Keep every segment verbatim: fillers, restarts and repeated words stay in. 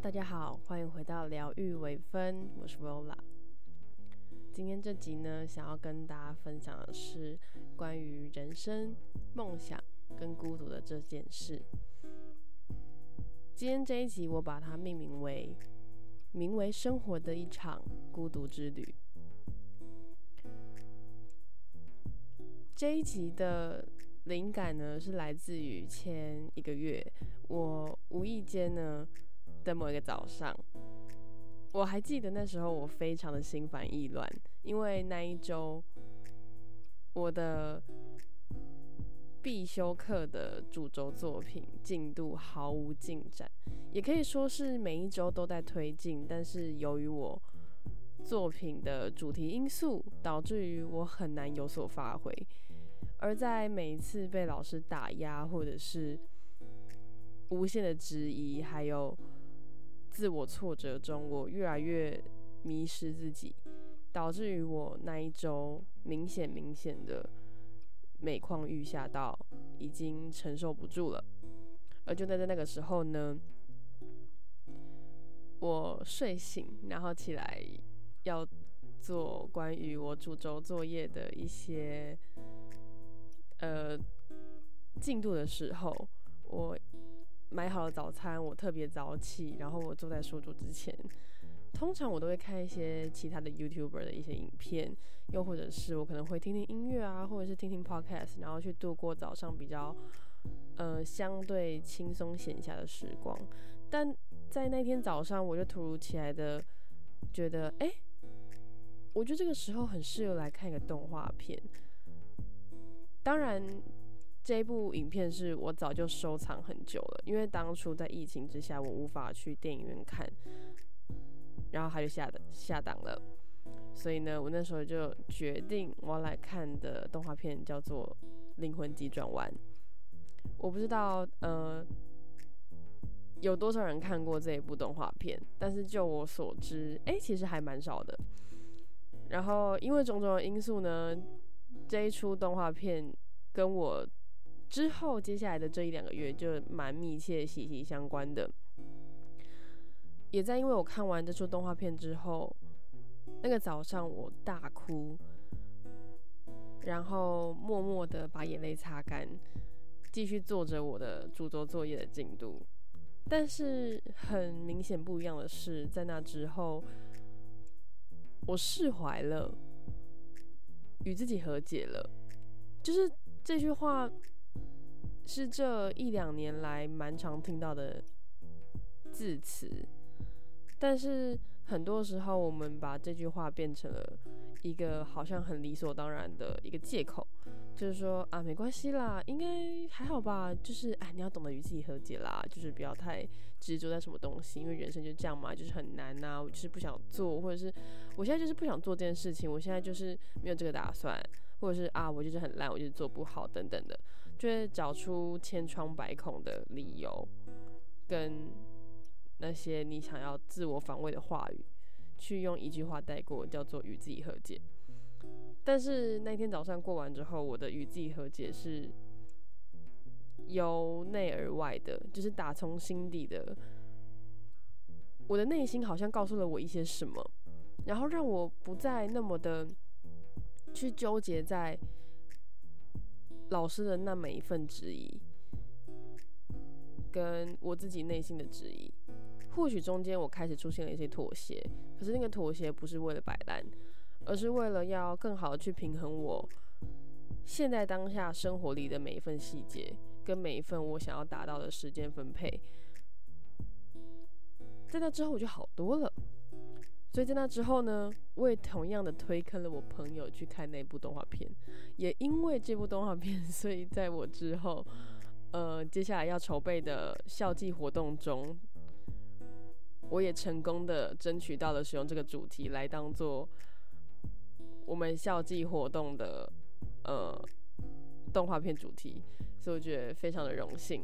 大家好，欢迎回到疗愈微分，我是 Vola。今天这集呢，想要跟大家分享的是关于人生、梦想跟孤独的这件事。今天这一集我把它命名为“名为生活的一场孤独之旅”。这一集的灵感呢，是来自于前一个月，我无意间呢的某一个早上，我还记得那时候我非常的心烦意乱，因为那一周我的必修课的主轴作品进度毫无进展，也可以说是每一周都在推进，但是由于我作品的主题因素，导致于我很难有所发挥，而在每一次被老师打压或者是无限的质疑还有自我挫折中，我越来越迷失自己，导致于我那一周明显明显的每况愈下到已经承受不住了。而就在那个时候呢，我睡醒，然后起来要做关于我主轴作业的一些呃进度的时候，我买好了早餐，我特别早起，然后我坐在书桌之前，通常我都会看一些其他的 YouTuber 的一些影片，又或者是我可能会听听音乐啊，或者是听听 Podcast， 然后去度过早上比较呃相对轻松闲暇的时光。但在那天早上，我就突如其来的觉得，哎，我觉得这个时候很适合来看一个动画片。当然这一部影片是我早就收藏很久了，因为当初在疫情之下，我无法去电影院看，然后它就下下档了，所以呢，我那时候就决定我要来看的动画片叫做《灵魂急转弯》。我不知道呃有多少人看过这一部动画片，但是就我所知，哎，其实还蛮少的。然后因为种种的因素呢，这一出动画片跟我之后接下来的这一两个月就蛮密切息息相关的。也在因为我看完这出动画片之后，那个早上我大哭，然后默默的把眼泪擦干，继续做着我的主轴作业的进度。但是很明显不一样的是，在那之后我释怀了，与自己和解了。就是这句话是这一两年来蛮常听到的字词，但是很多时候我们把这句话变成了一个好像很理所当然的一个借口，就是说啊，没关系啦，应该还好吧，就是哎，你要懂得与自己和解啦，就是不要太执着在什么东西，因为人生就这样嘛，就是很难啊，我就是不想做，或者是我现在就是不想做这件事情，我现在就是没有这个打算，或者是啊，我就是很烂，我就是做不好等等的，就会找出千疮百孔的理由，跟那些你想要自我防卫的话语，去用一句话带过，叫做与自己和解。但是那天早上过完之后，我的与自己和解是由内而外的，就是打从心底的，我的内心好像告诉了我一些什么，然后让我不再那么的去纠结在老师的那每一份质疑，跟我自己内心的质疑。或许中间我开始出现了一些妥协，可是那个妥协不是为了摆烂，而是为了要更好的去平衡我现在当下生活里的每一份细节，跟每一份我想要达到的时间分配。在那之后我就好多了，所以在那之后呢，我也同样的推坑了我朋友去看那部动画片，也因为这部动画片，所以在我之后呃接下来要筹备的校际活动中，我也成功的争取到了使用这个主题来当做我们校际活动的呃动画片主题，所以我觉得非常的荣幸。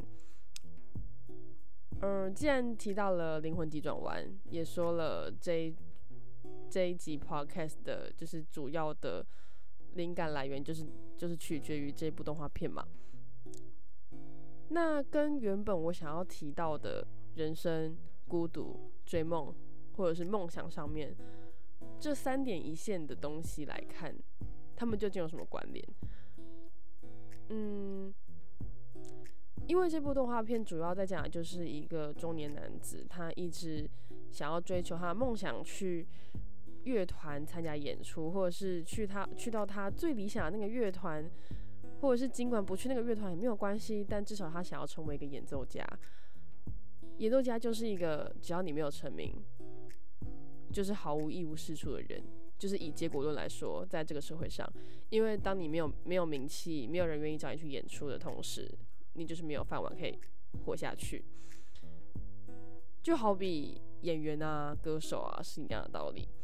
嗯，既然提到了灵魂急转弯，也说了这一这一集 podcast 的就是主要的灵感来源就是就是取决于这部动画片嘛。那跟原本我想要提到的人生孤独、追梦或者是梦想上面，这三点一线的东西来看，他们究竟有什么关联？嗯，因为这部动画片主要在讲的就是一个中年男子，他一直想要追求他的梦想，去乐团参加演出，或者是去他去到他最理想的那个乐团，或者是尽管不去那个乐团也没有关系，但至少他想要成为一个演奏家。演奏家就是一个只要你没有成名，就是毫无一无是处的人。就是以结果论来说，在这个社会上，因为当你没有没有名气，没有人愿意找你去演出的同时，你就是没有饭碗可以活下去。就好比演员啊、歌手啊是一样的道理。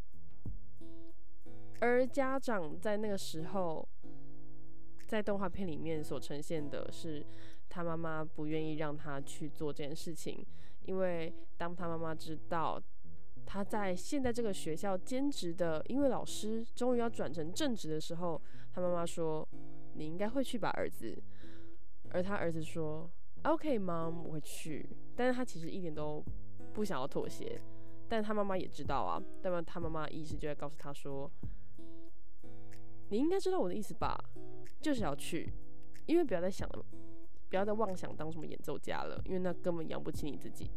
而家长在那个时候，在动画片里面所呈现的是，他妈妈不愿意让他去做这件事情，因为当他妈妈知道他在现在这个学校兼职的音乐老师终于要转成正职的时候，他妈妈说：“你应该会去吧，儿子。”而他儿子说 ：“OK, Mom， 我会去。”但是他其实一点都不想要妥协，但他妈妈也知道啊，但他妈妈的意识就在告诉他说：“你应该知道我的意思吧，就是要去，因为不要再想了，不要再妄想当什么演奏家了，因为那根本养不起你自己。”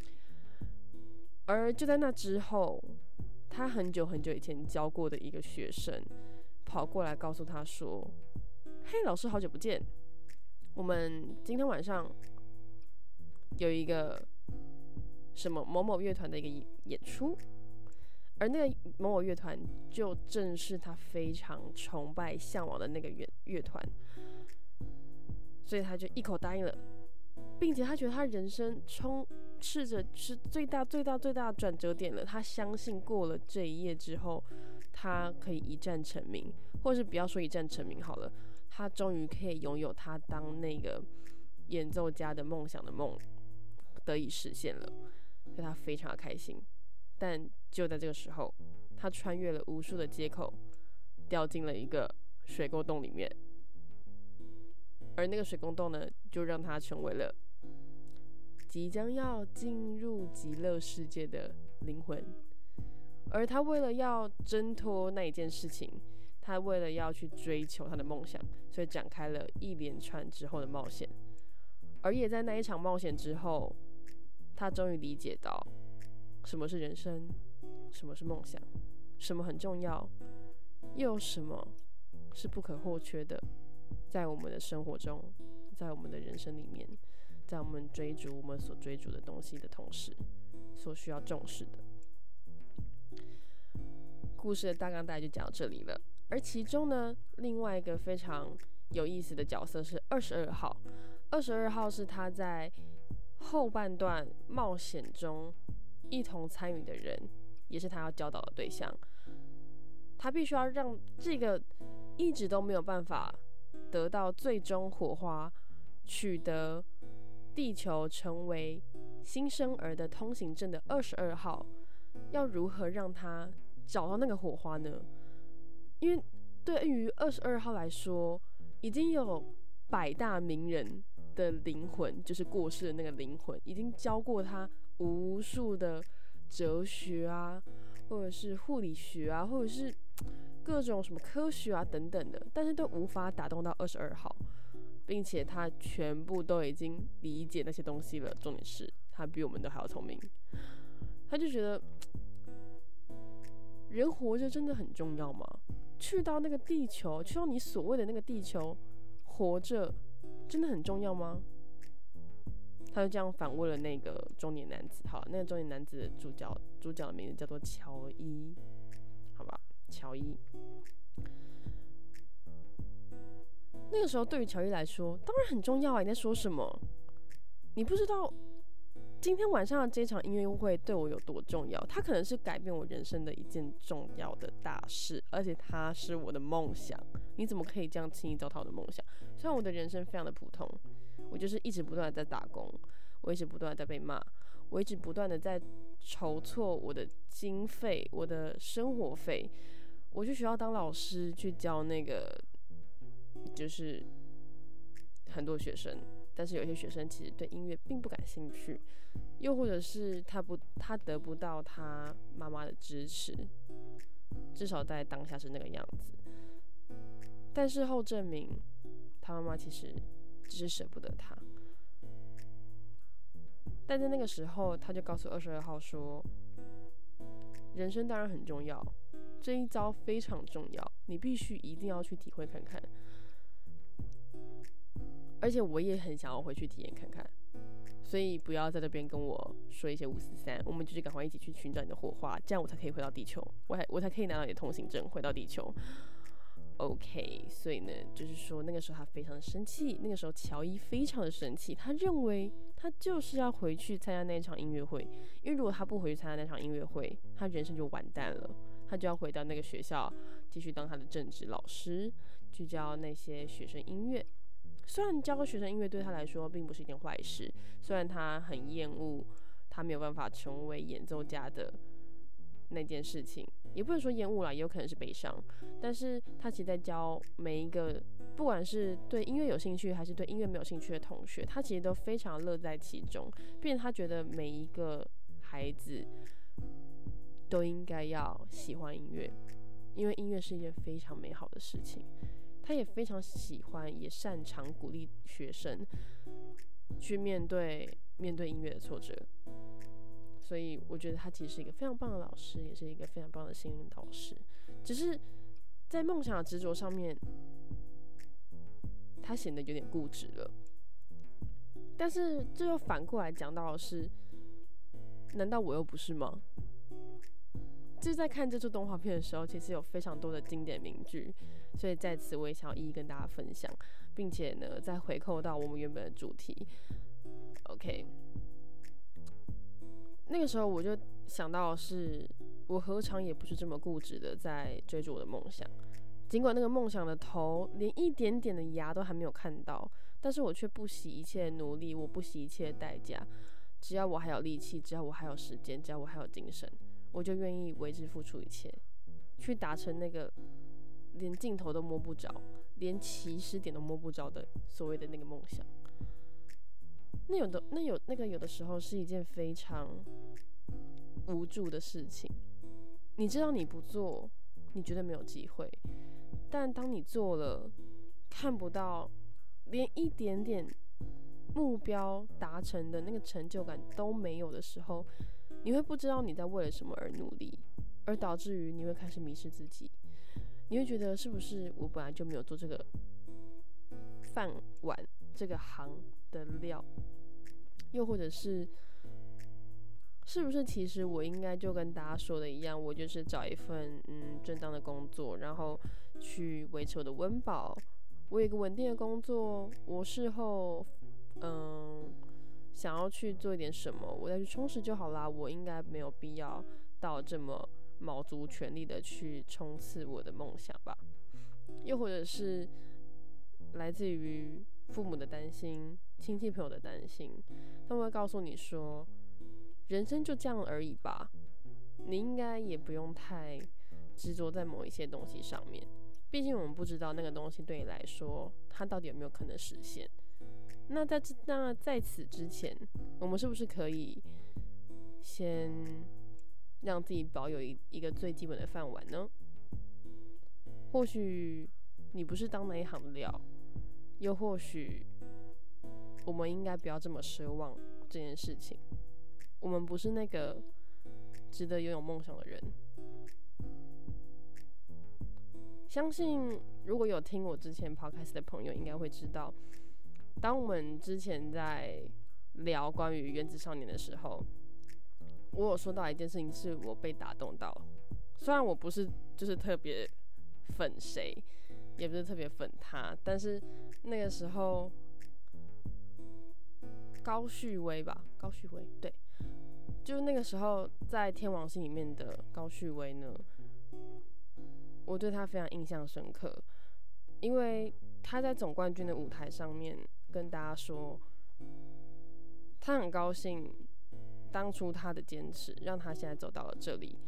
而就在那之后，他很久很久以前教过的一个学生跑过来告诉他说：“嘿，老师，好久不见，我们今天晚上有一个什么某某乐团的一个演出，而那个某某乐团就正是他非常崇拜向往的那个乐乐团，所以他就一口答应了，并且他觉得他人生充斥着是最大最大最大的转折点了。他相信过了这一页之后，他可以一战成名，或是不要说一战成名好了，他终于可以拥有他当那个演奏家的梦想的梦得以实现了，所以他非常的开心。但就在这个时候，他穿越了无数的街口，掉进了一个水沟洞里面，而那个水沟洞呢，就让他成为了即将要进入极乐世界的灵魂。而他为了要挣脱那一件事情，他为了要去追求他的梦想，所以展开了一连串之后的冒险。而也在那一场冒险之后，他终于理解到什么是人生，什么是梦想，什么很重要，又有什么是不可或缺的，在我们的生活中，在我们的人生里面，在我们追逐我们所追逐的东西的同时，所需要重视的。故事的大纲大概就讲到这里了。而其中呢，另外一个非常有意思的角色是二十二号。二十二号是他在后半段冒险中一同参与的人，也是他要教导的对象。他必须要让这个一直都没有办法得到最终火花，取得地球成为新生儿的通行证的二十二号，要如何让他找到那个火花呢？因为对于二十二号来说，已经有百大名人的灵魂，就是过世的那个灵魂，已经教过他无数的哲学啊，或者是护理学啊，或者是各种什么科学啊等等的，但是都无法打动到二十二号，并且他全部都已经理解那些东西了。重点是他比我们都还要聪明，他就觉得人活着真的很重要吗？去到那个地球，去到你所谓的那个地球活着真的很重要吗？他就这样反问了那个中年男子。好，那个中年男子的主角主角的名字叫做乔伊，好吧，乔伊。那个时候对于乔伊来说，当然很重要啊！你在说什么？你不知道今天晚上的这场音乐会对我有多重要？它可能是改变我人生的一件重要的大事，而且它是我的梦想。你怎么可以这样轻易糟蹋我的梦想？虽然我的人生非常的普通，我就是一直不断的在打工，我一直不断的在被骂，我一直不断的在筹措我的经费、我的生活费。我去学校当老师，去教那个就是很多学生， 但是有些学生其实对音乐并不感兴趣，又或者是他不他得不到他妈妈的支持，至少在当下是那个样子。但事后证明，他妈妈其实只是舍不得他。但在那个时候，他就告诉二十二号说，人生当然很重要，这一招非常重要，你必须一定要去体会看看。而且我也很想要回去体验看看，所以不要在这边跟我说一些五四三，我们就是赶快一起去寻找你的火花，这样我才可以回到地球，我还我才可以拿到你的通行证回到地球。OK， 所以呢，就是说那个时候他非常的生气，那个时候乔伊非常的生气，他认为他就是要回去参加那场音乐会，因为如果他不回去参加那场音乐会，他人生就完蛋了，他就要回到那个学校继续当他的正职老师，去教那些学生音乐。虽然教学生音乐对他来说并不是一件坏事，虽然他很厌恶他没有办法成为演奏家的那件事情，也不能说厌恶啦，也有可能是悲伤。但是他其实在教每一个，不管是对音乐有兴趣还是对音乐没有兴趣的同学，他其实都非常乐在其中，并且他觉得每一个孩子都应该要喜欢音乐，因为音乐是一件非常美好的事情。他也非常喜欢，也擅长鼓励学生去面对面对音乐的挫折。所以我觉得他其实是一个非常棒的老师，也是一个非常棒的心灵导师。只是在梦想的执着上面，他显得有点固执了。但是这又反过来讲到的是，难道我又不是吗？就是在看这出动画片的时候，其实有非常多的经典名句，所以在此我也想要一一跟大家分享，并且呢，再回扣到我们原本的主题。OK。那个时候我就想到的是，我何尝也不是这么固执的在追逐我的梦想，尽管那个梦想的头连一点点的芽都还没有看到，但是我却不惜一切努力，我不惜一切代价，只要我还有力气，只要我还有时间，只要我还有精神，我就愿意为之付出一切，去达成那个连尽头都摸不着，连起始点都摸不着的所谓的那个梦想。那有的那有那个有的时候是一件非常无助的事情，你知道你不做，你觉得没有机会，但当你做了，看不到连一点点目标达成的那个成就感都没有的时候，你会不知道你在为了什么而努力，而导致于你会开始迷失自己，你会觉得是不是我本来就没有做这个饭碗这个行的料，又或者是是不是其实我应该就跟大家说的一样，我就是找一份嗯正当的工作，然后去维持我的温饱，我有一个稳定的工作，我事后嗯想要去做一点什么，我再去充实就好啦，我应该没有必要到这么卯足全力的去冲刺我的梦想吧。又或者是来自于父母的担心，亲戚朋友的担心，他们会告诉你说，人生就这样而已吧，你应该也不用太执着在某一些东西上面，毕竟我们不知道那个东西对你来说，它到底有没有可能实现。那在这那在此之前，我们是不是可以先让自己保有一一个最基本的饭碗呢？或许你不是当那一行的料，又或许我们应该不要这么奢望这件事情。我们不是那个值得拥有梦想的人。相信如果有听我之前 podcast 的朋友，应该会知道，当我们之前在聊关于原子少年的时候，我有说到一件事情是我被打动到。虽然我不是就是特别粉谁，也不是特别粉他，但是那个时候高旭威吧，高旭威对，就是那个时候在天王星里面的高旭威呢，我对他非常印象深刻，因为他在总冠军的舞台上面跟大家说，他很高兴当初他的坚持让他现在走到了这里，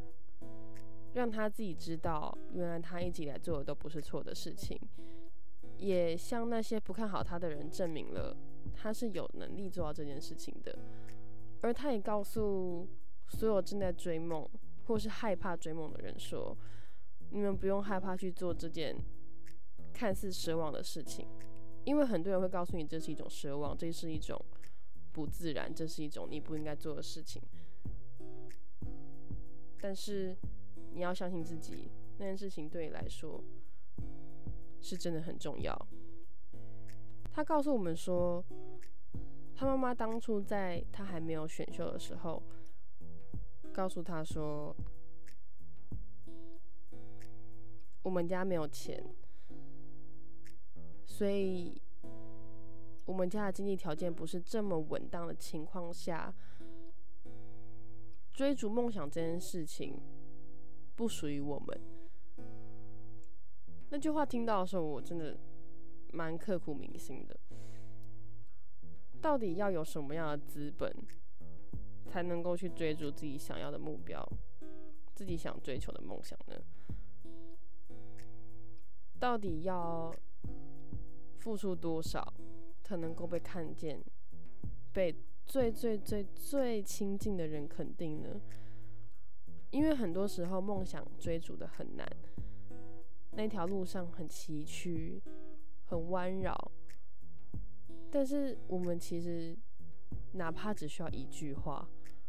让他自己知道原来他一直以来做的都不是错的事情， 也向那些不看好他的人证明了他是有能力做到这件事情的。而他也告诉所有正在追梦或是害怕追梦的人说，你们不用害怕去做这件看似奢望的事情，因为很多人会告诉你这是一种奢望，这是一种不自然，这是一种你不应该做的事情。但是你要相信自己，那件事情对你来说是真的很重要。他告诉我们说，他妈妈当初在他还没有选秀的时候，告诉他说，我们家没有钱，所以我们家的经济条件不是这么稳当的情况下，追逐梦想这件事情不属于我们。那句话听到的时候，我真的蛮刻骨铭心的。到底要有什么样的资本，才能够去追逐自己想要的目标，自己想追求的梦想呢？到底要付出多少，才能够被看见，被最最最最亲近的人肯定呢？因为很多时候梦想追逐的很难，那条路上很崎岖，很弯绕，但是我们其实哪怕只需要一句话，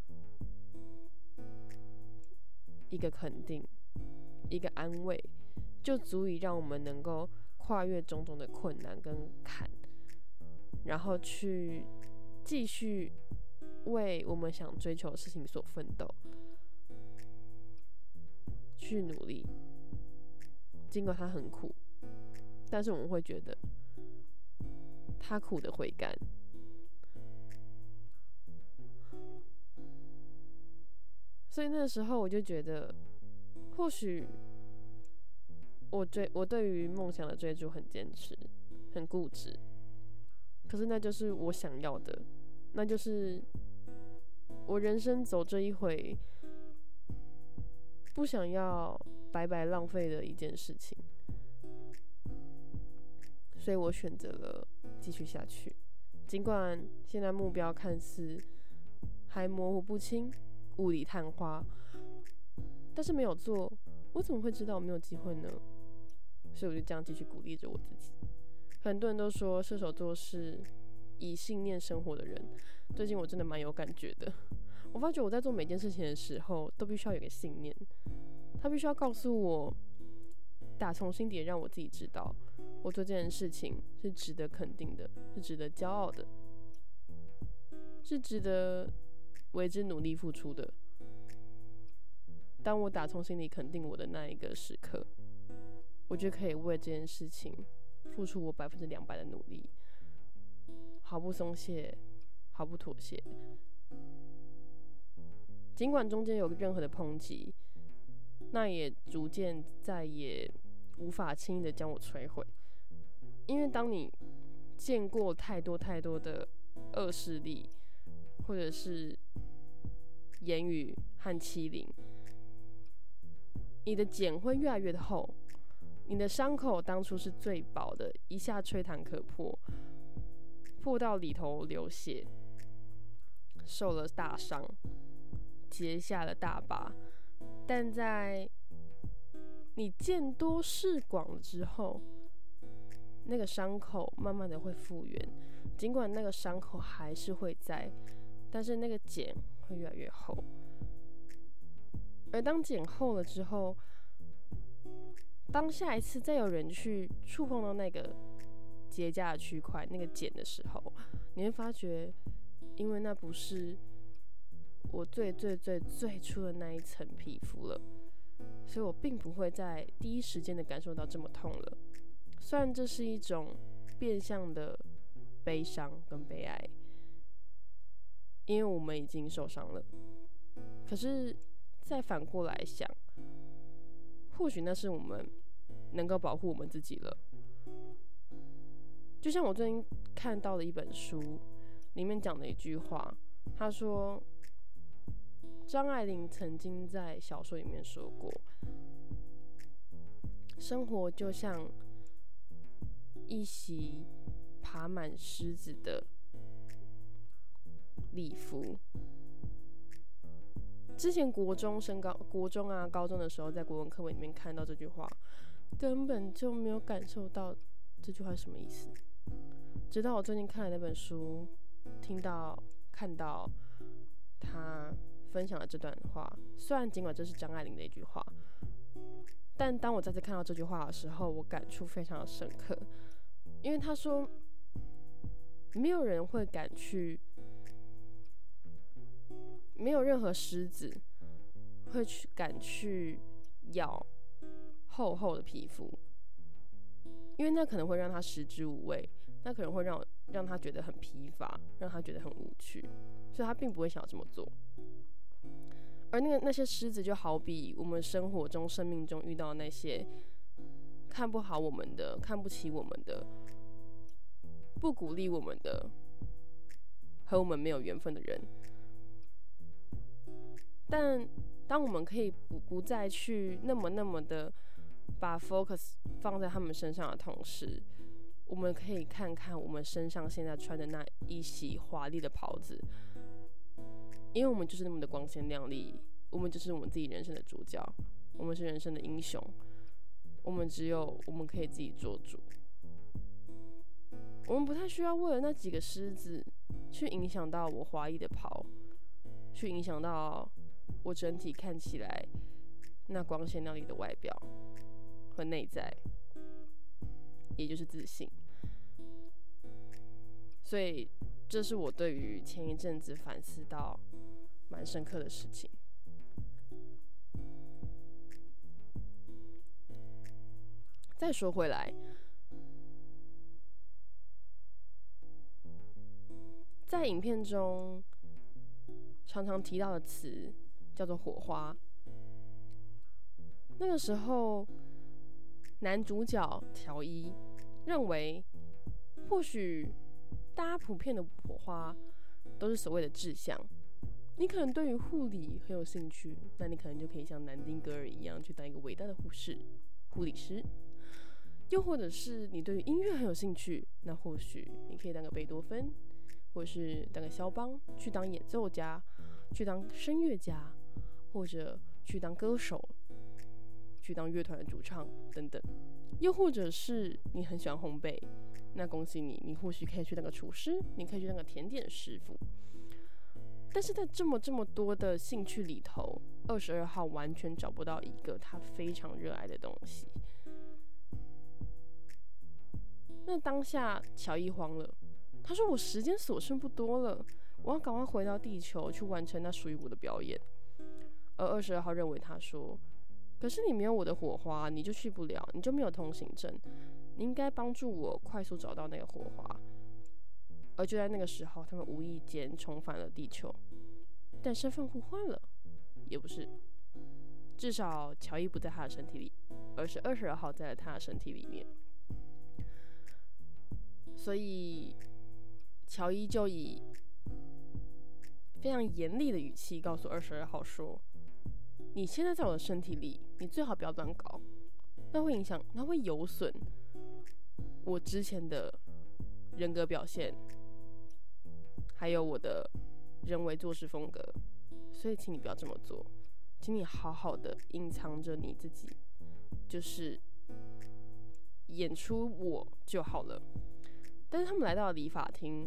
一个肯定，一个安慰，就足以让我们能够跨越种种的困难跟坎，然后去继续为我们想追求的事情所奋斗，去努力。尽管它很苦，但是我们会觉得它苦的回甘。所以那时候我就觉得，或许我追我对于梦想的追逐很坚持，很固执，可是那就是我想要的，那就是我人生走这一回不想要白白浪费的一件事情，所以我选择了继续下去。尽管现在目标看似还模糊不清，雾里探花，但是没有做，我怎么会知道我没有机会呢？所以我就这样继续鼓励着我自己。很多人都说射手座是以信念生活的人，最近我真的蛮有感觉的。我发觉我在做每件事情的时候，都必须要有个信念，他必须要告诉我，打从心底让我自己知道，我做这件事情是值得肯定的，是值得骄傲的，是值得为之努力付出的。当我打从心里肯定我的那一个时刻，我就可以为这件事情付出我百分之两百的努力，毫不松懈，毫不妥协。尽管中间有任何的抨击，那也逐渐再也无法轻易的将我摧毁。因为当你见过太多太多的恶势力，或者是言语和欺凌，你的茧会越来越厚，你的伤口当初是最薄的，一下吹弹可破，破到里头流血，受了大伤，结下了大疤，但在你见多识广了之后，那个伤口慢慢的会复原，尽管那个伤口还是会在，但是那个茧会越来越厚。而当茧厚了之后，当下一次再有人去触碰到那个结痂的区块，那个茧的时候，你会发觉，因为那不是我最最最最初的那一层皮肤了，所以我并不会在第一时间的感受到这么痛了。虽然这是一种变相的悲伤跟悲哀，因为我们已经受伤了，可是再反过来想，或许那是我们能够保护我们自己了。就像我最近看到的一本书，里面讲的一句话，他说，张爱玲曾经在小说里面说过，生活就像一袭爬满虱子的礼服。之前国中升高国中啊高中的时候，在国文课本里面看到这句话，根本就没有感受到这句话是什么意思。直到我最近看了那本书，听到看到他分享了这段话，虽然尽管这是张爱玲的一句话，但当我再次看到这句话的时候，我感触非常的深刻。因为他说，没有人会敢去，没有任何狮子会去敢去咬厚厚的皮肤，因为那可能会让他食之无味，那可能会让让他觉得很疲乏，让他觉得很无趣，所以他并不会想要这么做。而那个那些狮子，就好比我们生活中、生命中遇到那些看不好我们的、看不起我们的、不鼓励我们的、和我们没有缘分的人。但当我们可以不不再去那么那么的把 focus 放在他们身上的同时，我们可以看看我们身上现在穿的那一袭华丽的袍子，因为我们就是那么的光鲜亮丽，我们就是我们自己人生的主角，我们是人生的英雄，我们只有我们可以自己做主。我们不太需要为了那几个狮子去影响到我华丽的袍，去影响到我整体看起来那光鲜亮丽的外表和内在，也就是自信。所以这是我对于前一阵子反思到蛮深刻的事情。再说回来，在影片中常常提到的词叫做火花。那个时候，男主角条一认为，或许大家普遍的火花都是所谓的志向。你可能对于护理很有兴趣，那你可能就可以像南丁格尔一样去当一个伟大的护士、护理师。又或者是你对于音乐很有兴趣，那或许你可以当个贝多芬，或是当个肖邦，去当演奏家，去当声乐家，或者去当歌手，去当乐团的主唱等等。又或者是你很喜欢烘焙，那恭喜你，你或许可以去当个厨师，你可以去当个甜点师傅。但是在这么这么多的兴趣里头，二十二号完全找不到一个他非常热爱的东西。那当下乔伊慌了，他说：“我时间所剩不多了，我要赶快回到地球去完成那属于我的表演。”而二十二号认为他说：“可是你没有我的火花，你就去不了，你就没有通行证。你应该帮助我快速找到那个火花。”而就在那个时候，他们无意间重返了地球，但身份互换了，也不是，至少乔伊不在他的身体里，而是二十二号在了他的身体里面。所以乔伊就以非常严厉的语气告诉二十二号说：“你现在在我的身体里，你最好不要乱搞，那会影响，那会有损我之前的人格表现，还有我的人为做事风格。所以请你不要这么做，请你好好的隐藏着你自己，就是演出我就好了。”但是他们来到了理发厅，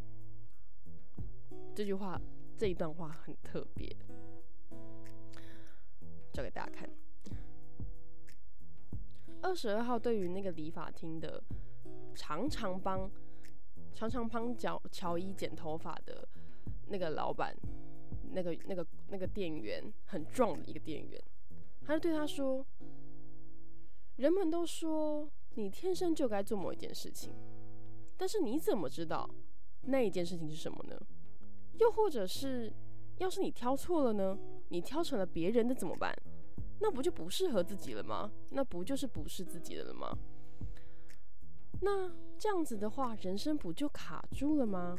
这句话这一段话很特别，找给大家看。二十二号对于那个理发厅的常常帮常常帮乔乔伊剪头发的那个老板，那个那个那个店员，很壮的一个店员，他就对他说：“人们都说你天生就该做某一件事情。但是你怎么知道那一件事情是什么呢？又或者是，要是你挑错了呢？你挑成了别人的怎么办？那不就不适合自己了吗？那不就是不是自己的了吗？那这样子的话，人生不就卡住了吗？”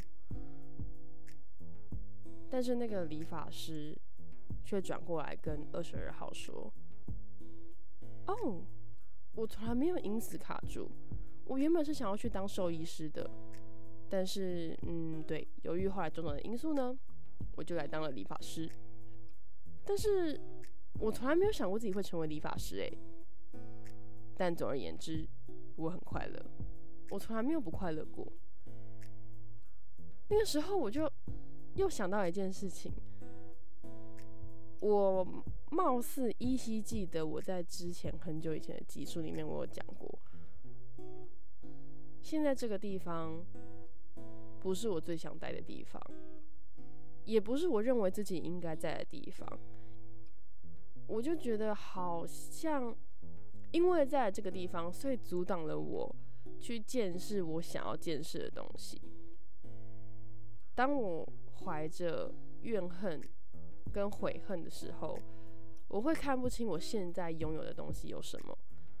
但是那个理发师却转过来跟二十二号说：“哦，我从来没有因此卡住。 我原本是想要去当兽医师的，但是嗯，对，由于后来种种的因素呢，我就来当了理发师。但是我从来没有想过自己会成为理发师诶。但总而言之，我很快乐，我从来没有不快乐过。那个时候我就又想到一件事情，我貌似依稀记得我在之前很久以前的集数里面我有讲过，现在这个地方不是我最想待的地方，也不是我认为自己应该在的地方。我就觉得好像因为在这个地方，所以阻挡了我去见识我想要见识的东西。当我怀着怨恨跟悔恨的时候，我会看不清我现在拥有的东西有什么，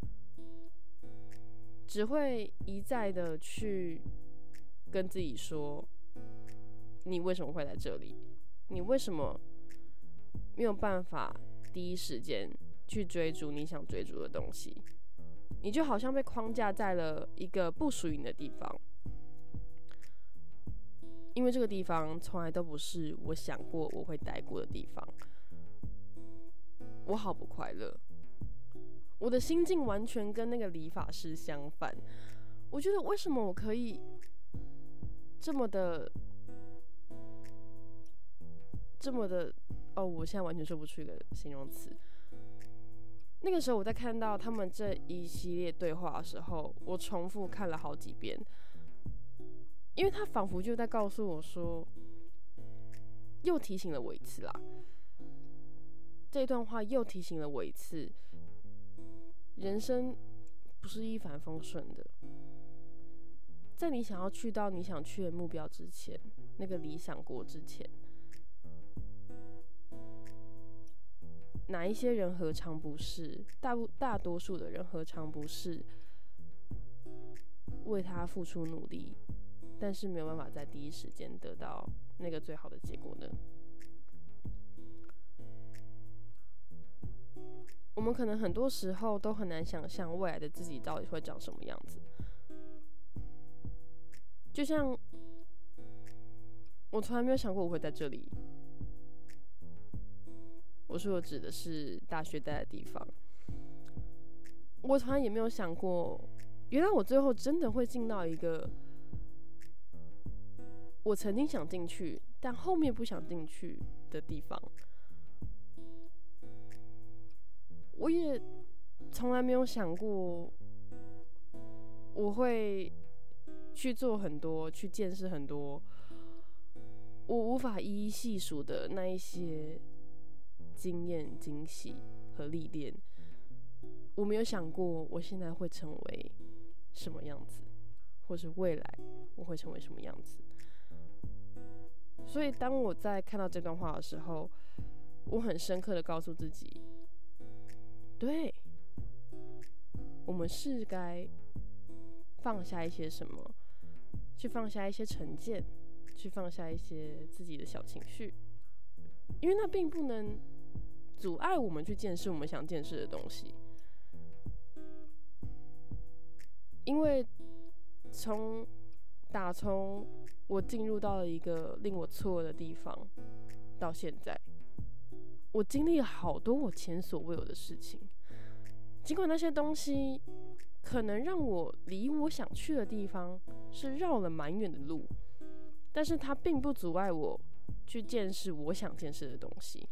只会一再的去跟自己说，你为什么会在这里？你为什么没有办法第一时间去追逐你想追逐的东西？你就好像被框架在了一个不属于你的地方，因为这个地方从来都不是我想过我会待过的地方。我好不快乐，我的心境完全跟那个理发师相反。我觉得为什么我可以这么的这么的哦，我现在完全说不出一个形容词。那个时候我在看到他们这一系列对话的时候，我重复看了好几遍，因为他仿佛就在告诉我说，又提醒了我一次啦。这一段话又提醒了我一次，人生不是一帆风顺的。在你想要去到你想去的目标之前，那个理想国之前，哪一些人何尝不是？大大多数的人何尝不是为他付出努力，但是没有办法在第一时间得到那个最好的结果呢？我们可能很多时候都很难想象未来的自己到底会长什么样子。就像我从来没有想过我会在这里。我说我指的是大学待的地方。我从来也没有想过，原来我最后真的会进到一个我曾经想进去，但后面不想进去的地方。我也从来没有想过我会去做很多，去见识很多我无法一一细数的那一些经验、惊喜和历练。我没有想过我现在会成为什么样子，或是未来我会成为什么样子。所以当我在看到这段话的时候，我很深刻的告诉自己，对，我们是该放下一些什么，去放下一些成见，去放下一些自己的小情绪，因为那并不能阻碍我们去见识我们想见识的东西。因为从打从我进入到了一个令我错愕的地方到现在，我经历了好多我前所未有的事情。尽管那些东西可能让我离我想去的地方是绕了蛮远的路，但是它并不阻碍我去见识我想见识的东西。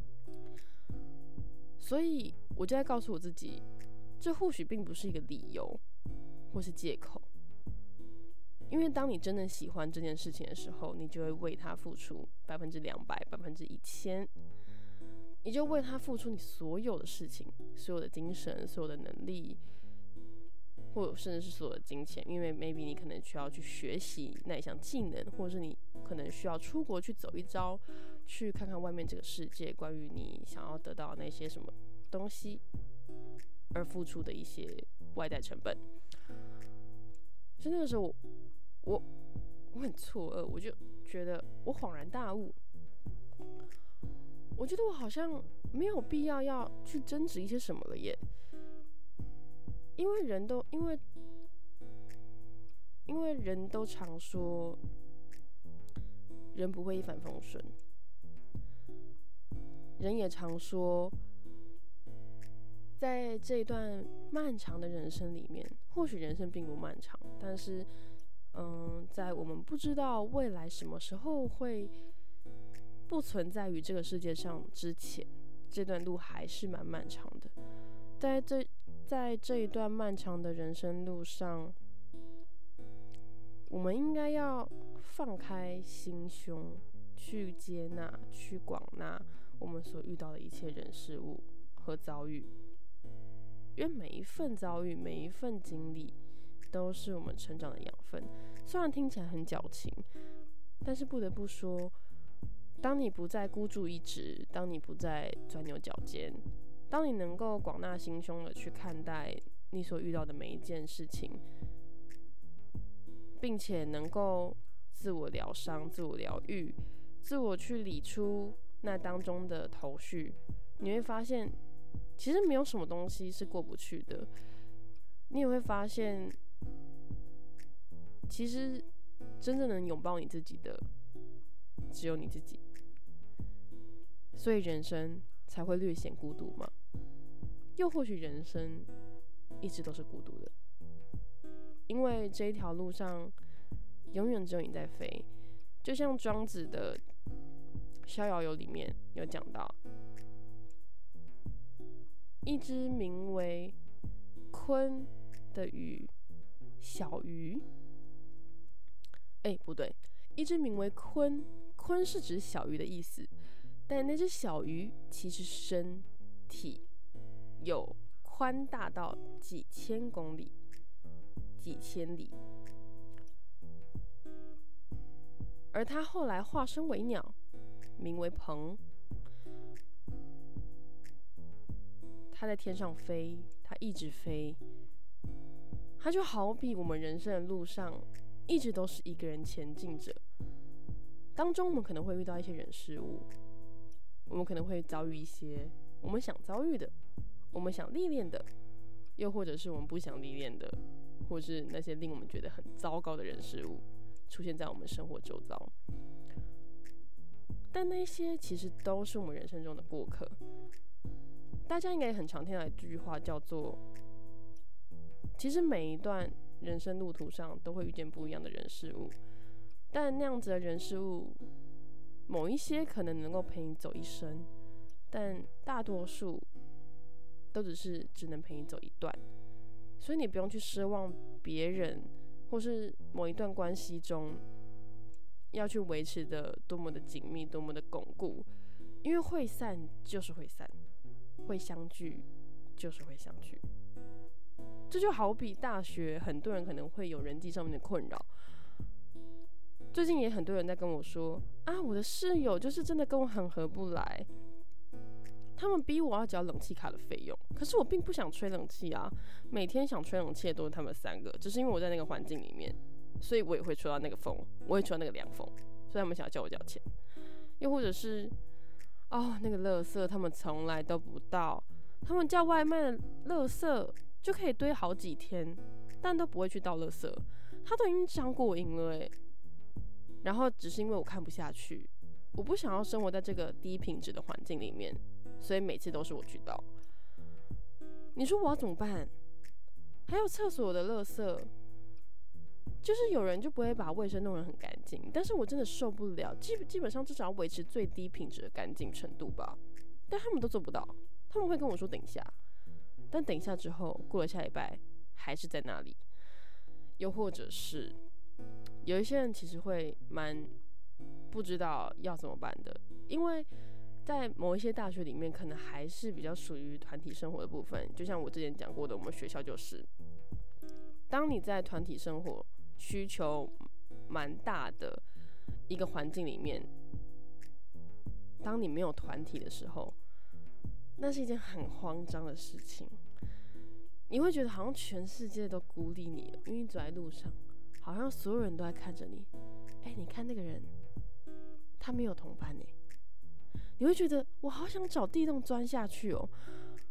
所以我就在告诉我自己，这或许并不是一个理由或是借口，因为当你真的喜欢这件事情的时候，你就会为它付出百分之两百、百分之一千，你就为它付出你所有的事情，所有的精神、所有的能力，或者甚至是所有的金钱。因为 maybe 你可能需要去学习那一项技能，或者是你可能需要出国去走一遭，去看看外面这个世界，关于你想要得到那些什么东西而付出的一些外在成本。所以那个时候我我我很错愕，我就觉得我恍然大悟，我觉得我好像没有必要要去争执一些什么了耶，因为人都因为因为人都常说人不会一帆风顺，人也常说在这一段漫长的人生里面，或许人生并不漫长，但是嗯，在我们不知道未来什么时候会不存在于这个世界上之前，这段路还是蛮漫长的。在这在这一段漫长的人生路上，我们应该要放开心胸，去接纳、去广纳我们所遇到的一切人事物和遭遇，因为每一份遭遇、每一份经历都是我们成长的养分。虽然听起来很矫情，但是不得不说，当你不再孤注一掷，当你不再钻牛角尖，当你能够广纳心胸的去看待你所遇到的每一件事情，并且能够自我疗伤、自我疗愈、自我去理出那当中的头绪，你会发现其实没有什么东西是过不去的。你也会发现其实真正能拥抱你自己的只有你自己，所以人生才会略显孤独嘛。又或许人生一直都是孤独的，因为这一条路上永远只有你在飞。就像庄子的《逍遥游》里面有讲到，一只名为鲲的鱼，小鱼，哎，不对，一只名为鲲，鲲是指小鱼的意思，但那只小鱼其实身体有宽大到几千公里、几千里，而它后来化身为鸟，名为鹏。它在天上飞，它一直飞，它就好比我们人生的路上一直都是一个人前进着，当中我们可能会遇到一些人事物，我们可能会遭遇一些我们想遭遇的，我们想历练的，又或者是我们不想历练的，或是那些令我们觉得很糟糕的人事物出现在我们生活周遭。但那些其实都是我们人生中的过客。大家应该也很常听到一句话叫做，其实每一段人生路途上都会遇见不一样的人事物，但那样子的人事物，某一些可能能够陪你走一生，但大多数都只是只能陪你走一段。所以你不用去奢望别人或是某一段关系中要去维持的多么的紧密，多么的巩固，因为会散就是会散，会相聚就是会相聚。这就好比大学，很多人可能会有人际上面的困扰。最近也很多人在跟我说啊，我的室友就是真的跟我很合不来，他们逼我要缴冷气卡的费用，可是我并不想吹冷气啊。每天想吹冷气的都是他们三个，只是因为我在那个环境里面，所以我也会吹到那个风，我会吹到那个凉风，所以他们想要叫我缴钱。又或者是哦，那个垃圾他们从来都不到，他们叫外卖的垃圾就可以堆好几天，但都不会去倒垃圾，他都已经讲过瘾了欸。然后只是因为我看不下去，我不想要生活在这个低品质的环境里面，所以每次都是我去倒。你说我要怎么办？还有厕所的垃圾，就是有人就不会把卫生弄得很干净，但是我真的受不了，基基本上至少要维持最低品质的干净程度吧。但他们都做不到，他们会跟我说等一下，但等一下之后过了下礼拜还是在那里。又或者是有一些人其实会蛮不知道要怎么办的，因为在某一些大学里面可能还是比较属于团体生活的部分，就像我之前讲过的，我们学校就是当你在团体生活需求蛮大的一个环境里面，当你没有团体的时候，那是一件很慌张的事情。你会觉得好像全世界都孤立你了，因为你走在路上，好像所有人都在看着你。哎，你看那个人，他没有同伴哎，你会觉得我好想找地洞钻下去哦。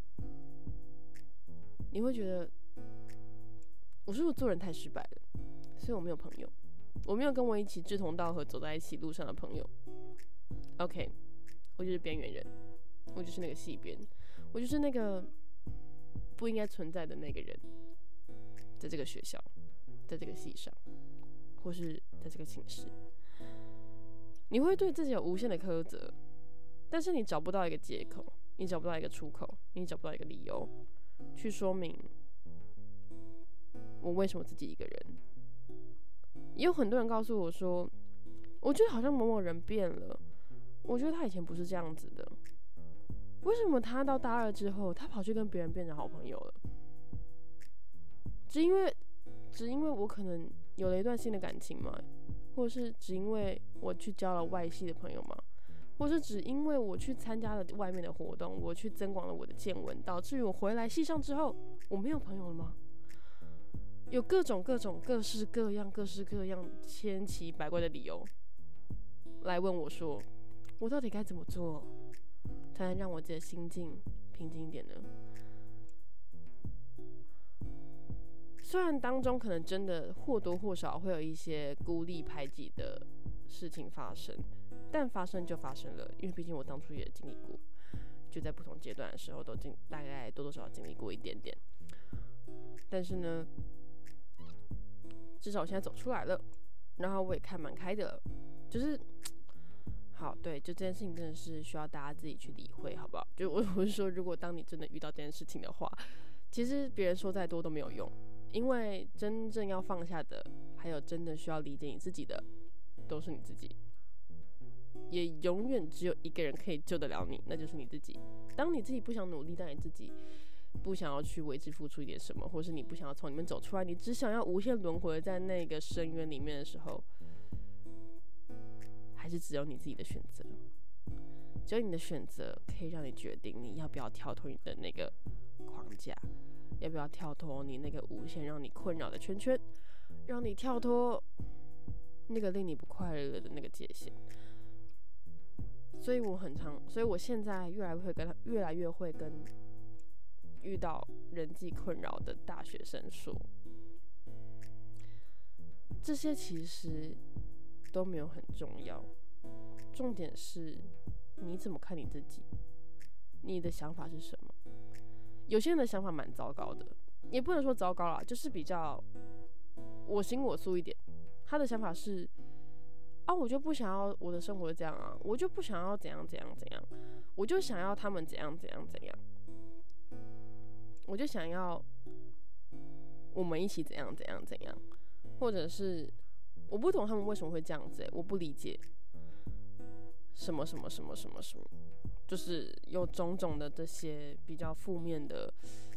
你会觉得我是不是做人太失败了？ 所以我没有朋友，我没有跟我一起志同道合走在一起路上的朋友。OK， 我就是边缘人，我就是那个系边，我就是那个不应该存在的那个人，在这个学校，在这个系上，或是在这个寝室。你会对自己有无限的苛责，但是你找不到一个借口，你找不到一个出口，你找不到一个理由去说明我为什么自己一个人。也有很多人告诉我说，我觉得好像某某人变了，我觉得他以前不是这样子的，为什么他到大二之后，他跑去跟别人变成好朋友了？只因为，只因为我可能有了一段新的感情吗？或是只因为我去交了外系的朋友吗？或是只因为我去参加了外面的活动，我去增广了我的见闻，导致于我回来系上之后，我没有朋友了吗？有各种各种各式各样、各式各样、千奇百怪的理由来问我说，我到底该怎么做，才能让我自己的心境平静一点呢？虽然当中可能真的或多或少会有一些孤立排挤的事情发生，但发生就发生了，因为毕竟我当初也经历过，就在不同阶段的时候都经大概多多少少经历过一点点。但是呢，至少我现在走出来了，然后我也看蛮开的了，就是好，对，就这件事情真的是需要大家自己去理会，好不好？就我我是说，如果当你真的遇到这件事情的话，其实别人说再多都没有用，因为真正要放下的，还有真的需要理解你自己的，都是你自己。也永远只有一个人可以救得了你，那就是你自己。当你自己不想努力，当你自己不想要去为之付出一点什么，或是你不想要从里面走出来，你只想要无限轮回在那个深渊里面的时候，还是只有你自己的选择。只有你的选择可以让你决定你要不要跳脱你的那个框架，要不要跳脱你那个无限让你困扰的圈圈，让你跳脱那个令你不快乐的那个界限。所以我很常，所以我现在越来越会跟越来越会跟遇到人际困扰的大学生说，这些其实都没有很重要，重点是你怎么看你自己，你的想法是什么。有些人的想法蛮糟糕的，也不能说糟糕啦，就是比较我行我素一点。他的想法是啊，我就不想要我的生活这样啊，我就不想要怎样怎样怎样，我就想要他们怎样怎样怎样，我就想要我们一起怎样怎样怎样，或者是我不懂他们为什么会这样子、欸，我不理解什么什么什么什么什么，就是有种种的这些比较负面的、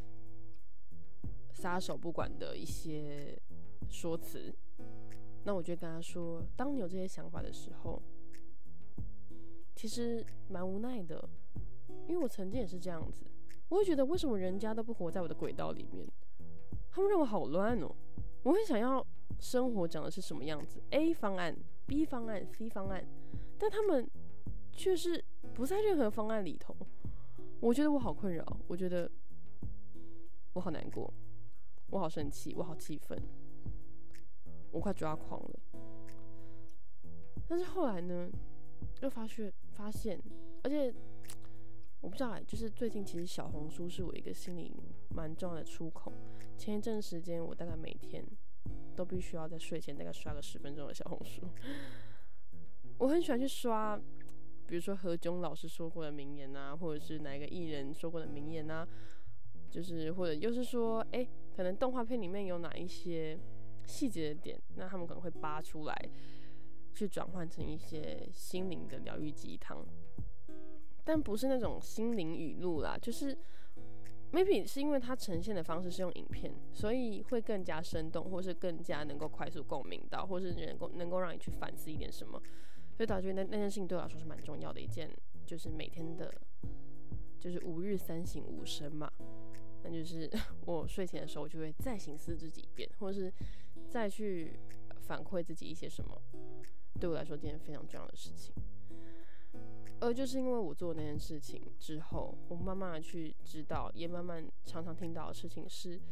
撒手不管的一些说辞。那我就跟他说，当你有这些想法的时候，其实蛮无奈的，因为我曾经也是这样子，我会觉得为什么人家都不活在我的轨道里面，他们让我好乱哦。我会想要生活讲的是什么样子 ，A 方案、B 方案、C 方案，但他们却是不在任何方案里头。我觉得我好困扰，我觉得我好难过，我好生气，我好气愤。我快抓狂了，但是后来呢，又发现发现，而且我不知道哎，就是最近其实小红书是我一个心里蛮重要的出口。前一阵时间，我大概每天都必须要在睡前大概刷个十分钟的小红书。我很喜欢去刷，比如说何炅老师说过的名言啊，或者是哪一个艺人说过的名言啊，就是或者又是说，哎，可能动画片里面有哪一些细节的点，那他们可能会扒出来，去转换成一些心灵的疗愈鸡汤，但不是那种心灵语录啦，就是 maybe 是因为它呈现的方式是用影片，所以会更加生动，或是更加能够快速共鸣到，或是能够能够让你去反思一点什么，所以导致那那件事情对我来说是蛮重要的一件，就是每天的，就是吾日三省吾身嘛。那就是我睡前的时候，我就会再省思自己一遍，或者是再去反馈自己一些什么，对我来说，这件非常重要的事情。而就是因为我做那件事情之后，我慢慢的去知道，也慢慢常常听到的事情是，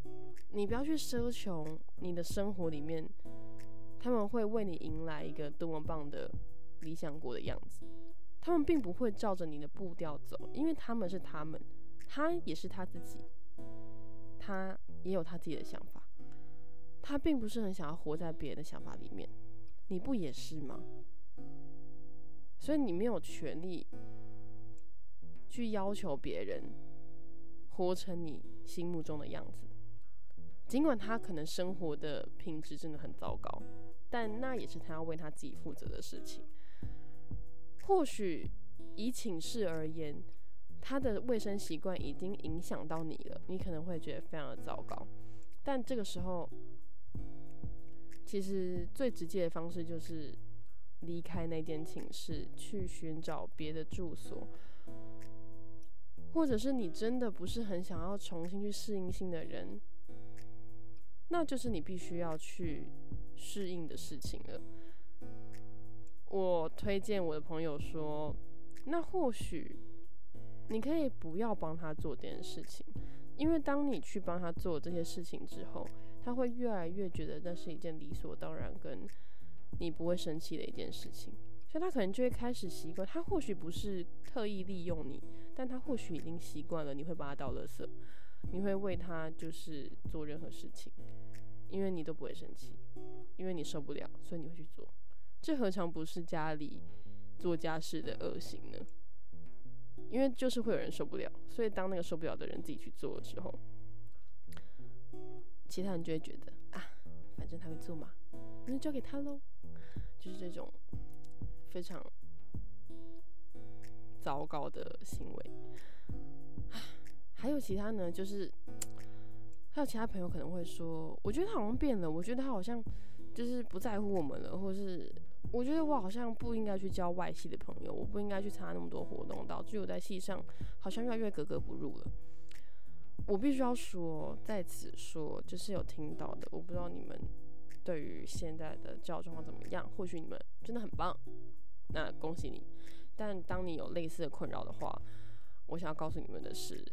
你不要去奢求你的生活里面他们会为你迎来一个多么棒的理想国的样子。他们并不会照着你的步调走，因为他们是他们，他也是他自己，他也有他自己的想法，他并不是很想要活在别人的想法里面。你不也是吗？所以你没有权利去要求别人活成你心目中的样子，尽管他可能生活的品质真的很糟糕，但那也是他要为他自己负责的事情。或许以寝室而言，他的卫生习惯已经影响到你了，你可能会觉得非常的糟糕。但这个时候，其实最直接的方式就是离开那间寝室，去寻找别的住所，或者是你真的不是很想要重新去适应新的人，那就是你必须要去适应的事情了。我推荐我的朋友说，那或许你可以不要帮他做这件事情，因为当你去帮他做这些事情之后，他会越来越觉得那是一件理所当然跟你不会生气的一件事情，所以他可能就会开始习惯。他或许不是特意利用你，但他或许已经习惯了你会帮他倒垃圾，你会为他就是做任何事情，因为你都不会生气，因为你受不了，所以你会去做。这何尝不是家里做家事的恶行呢？因为就是会有人受不了，所以当那个受不了的人自己去做了之后，其他人就会觉得啊，反正他会做嘛，那就交给他咯。就是这种非常糟糕的行为。还有其他呢，就是还有其他朋友可能会说，我觉得他好像变了，我觉得他好像就是不在乎我们了，或是我觉得我好像不应该去交外系的朋友，我不应该去参加那么多活动，导致我在系上好像越来越格格不入了。我必须要说，在此说，就是有听到的，我不知道你们对于现在的教育状况怎么样，或许你们真的很棒，那恭喜你。但当你有类似的困扰的话，我想要告诉你们的是，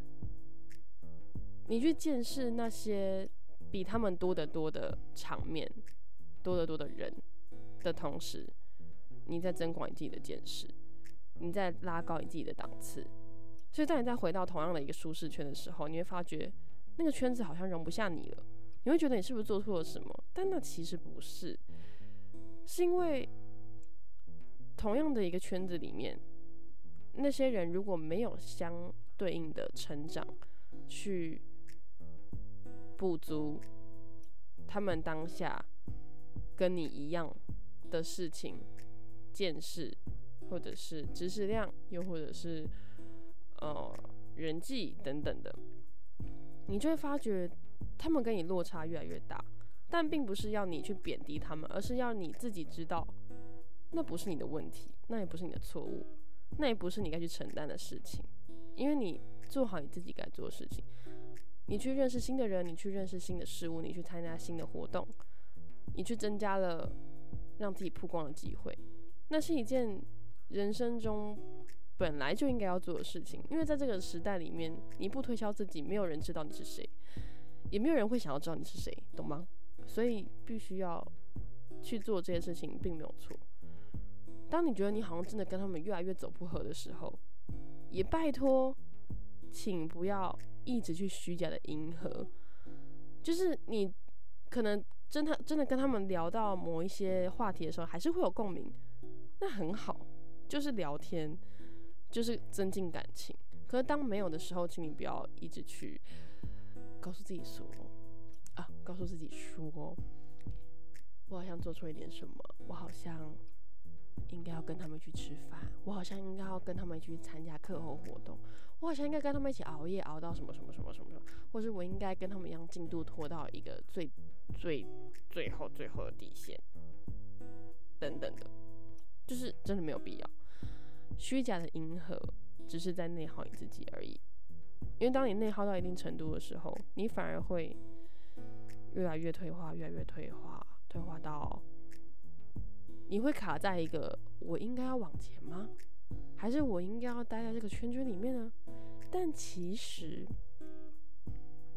你去见识那些比他们多得多的场面，多得多的人的同时，你在增广你自己的见识，你在拉高你自己的档次。所以当你再回到同样的一个舒适圈的时候，你会发觉那个圈子好像容不下你了，你会觉得你是不是做错了什么？但那其实不是，是因为同样的一个圈子里面，那些人如果没有相对应的成长去补足他们当下跟你一样的事情、见识，或者是知识量，又或者是呃人际等等的，你就会发觉他们跟你落差越来越大。但并不是要你去贬低他们，而是要你自己知道，那不是你的问题，那也不是你的错误，那也不是你该去承担的事情，因为你做好你自己该做的事情。你去认识新的人，你去认识新的事物，你去参加新的活动，你去增加了让自己曝光的机会，那是一件人生中本来就应该要做的事情。因为在这个时代里面，你不推销自己，没有人知道你是谁，也没有人会想要知道你是谁，懂吗？所以必须要去做这些事情，并没有错。当你觉得你好像真的跟他们越来越走不合的时候，也拜托，请不要一直去虚假的迎合。就是你可能真的真的跟他们聊到某一些话题的时候，还是会有共鸣，那很好，就是聊天，就是增进感情。可是当没有的时候，请你不要一直去告诉自己说啊，告诉自己说，我好像做错一点什么，我好像应该要跟他们去吃饭，我好像应该要跟他们一起去参加课后活动，我好像应该跟他们一起熬夜熬到什么什么什么什么，或是我应该跟他们一样进度拖到一个最最最后最后的底线等等的，就是真的没有必要。虚假的迎合只是在内耗你自己而已，因为当你内耗到一定程度的时候，你反而会越来越退化，越来越退化，退化到你会卡在一个我应该要往前吗？还是我应该要待在这个圈圈里面呢？但其实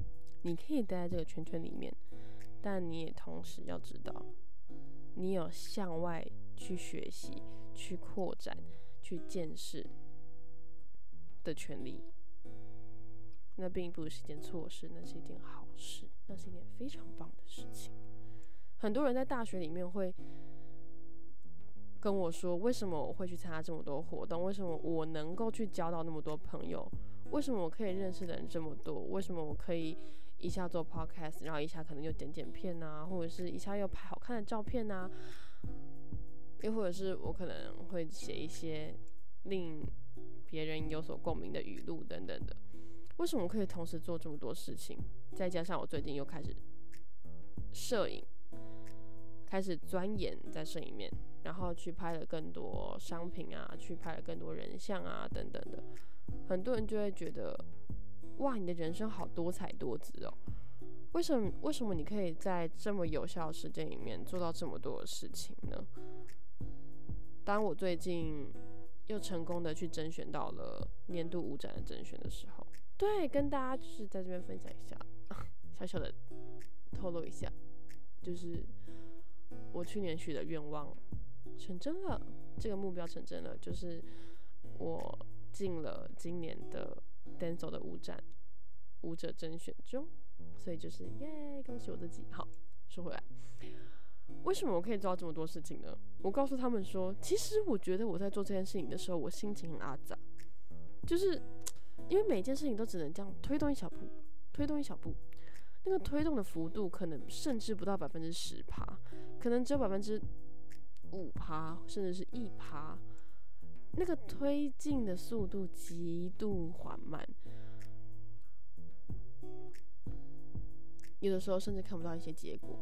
你可以待在这个圈圈里面，但你也同时要知道，你有向外去学习、去扩展、去见识的权利。那并不是一件错事，那是一件好事，那是一件非常棒的事情。很多人在大学里面会跟我说，为什么我会去参加这么多活动？为什么我能够去交到那么多朋友？为什么我可以认识的人这么多？为什么我可以一下做 podcast， 然后一下可能又剪剪片啊，或者是一下又拍好看的照片啊，又或者是我可能会写一些令别人有所共鸣的语录等等的。为什么我可以同时做这么多事情？再加上我最近又开始摄影，开始钻研在摄影面，然后去拍了更多商品啊，去拍了更多人像啊等等的。很多人就会觉得，哇，你的人生好多彩多姿哦！为什么为什么你可以在这么有效的时间里面做到这么多的事情呢？当我最近又成功的去甄选到了年度舞展的甄选的时候，对，跟大家就是在这边分享一下，小小的透露一下，就是我去年许的愿望成真了，这个目标成真了，就是我进了今年的 Denso 的舞展舞者甄选中，所以就是耶，恭喜我自己。好，说回来，为什么我可以做到这么多事情呢？我告诉他们说，其实我觉得我在做这件事情的时候，我心情很阿杂，就是因为每件事情都只能这样推动一小步，推动一小步，那个推动的幅度可能甚至不到百分之十趴，可能只有百分之五趴，甚至是一趴。那个推进的速度极度缓慢，有的时候甚至看不到一些结果，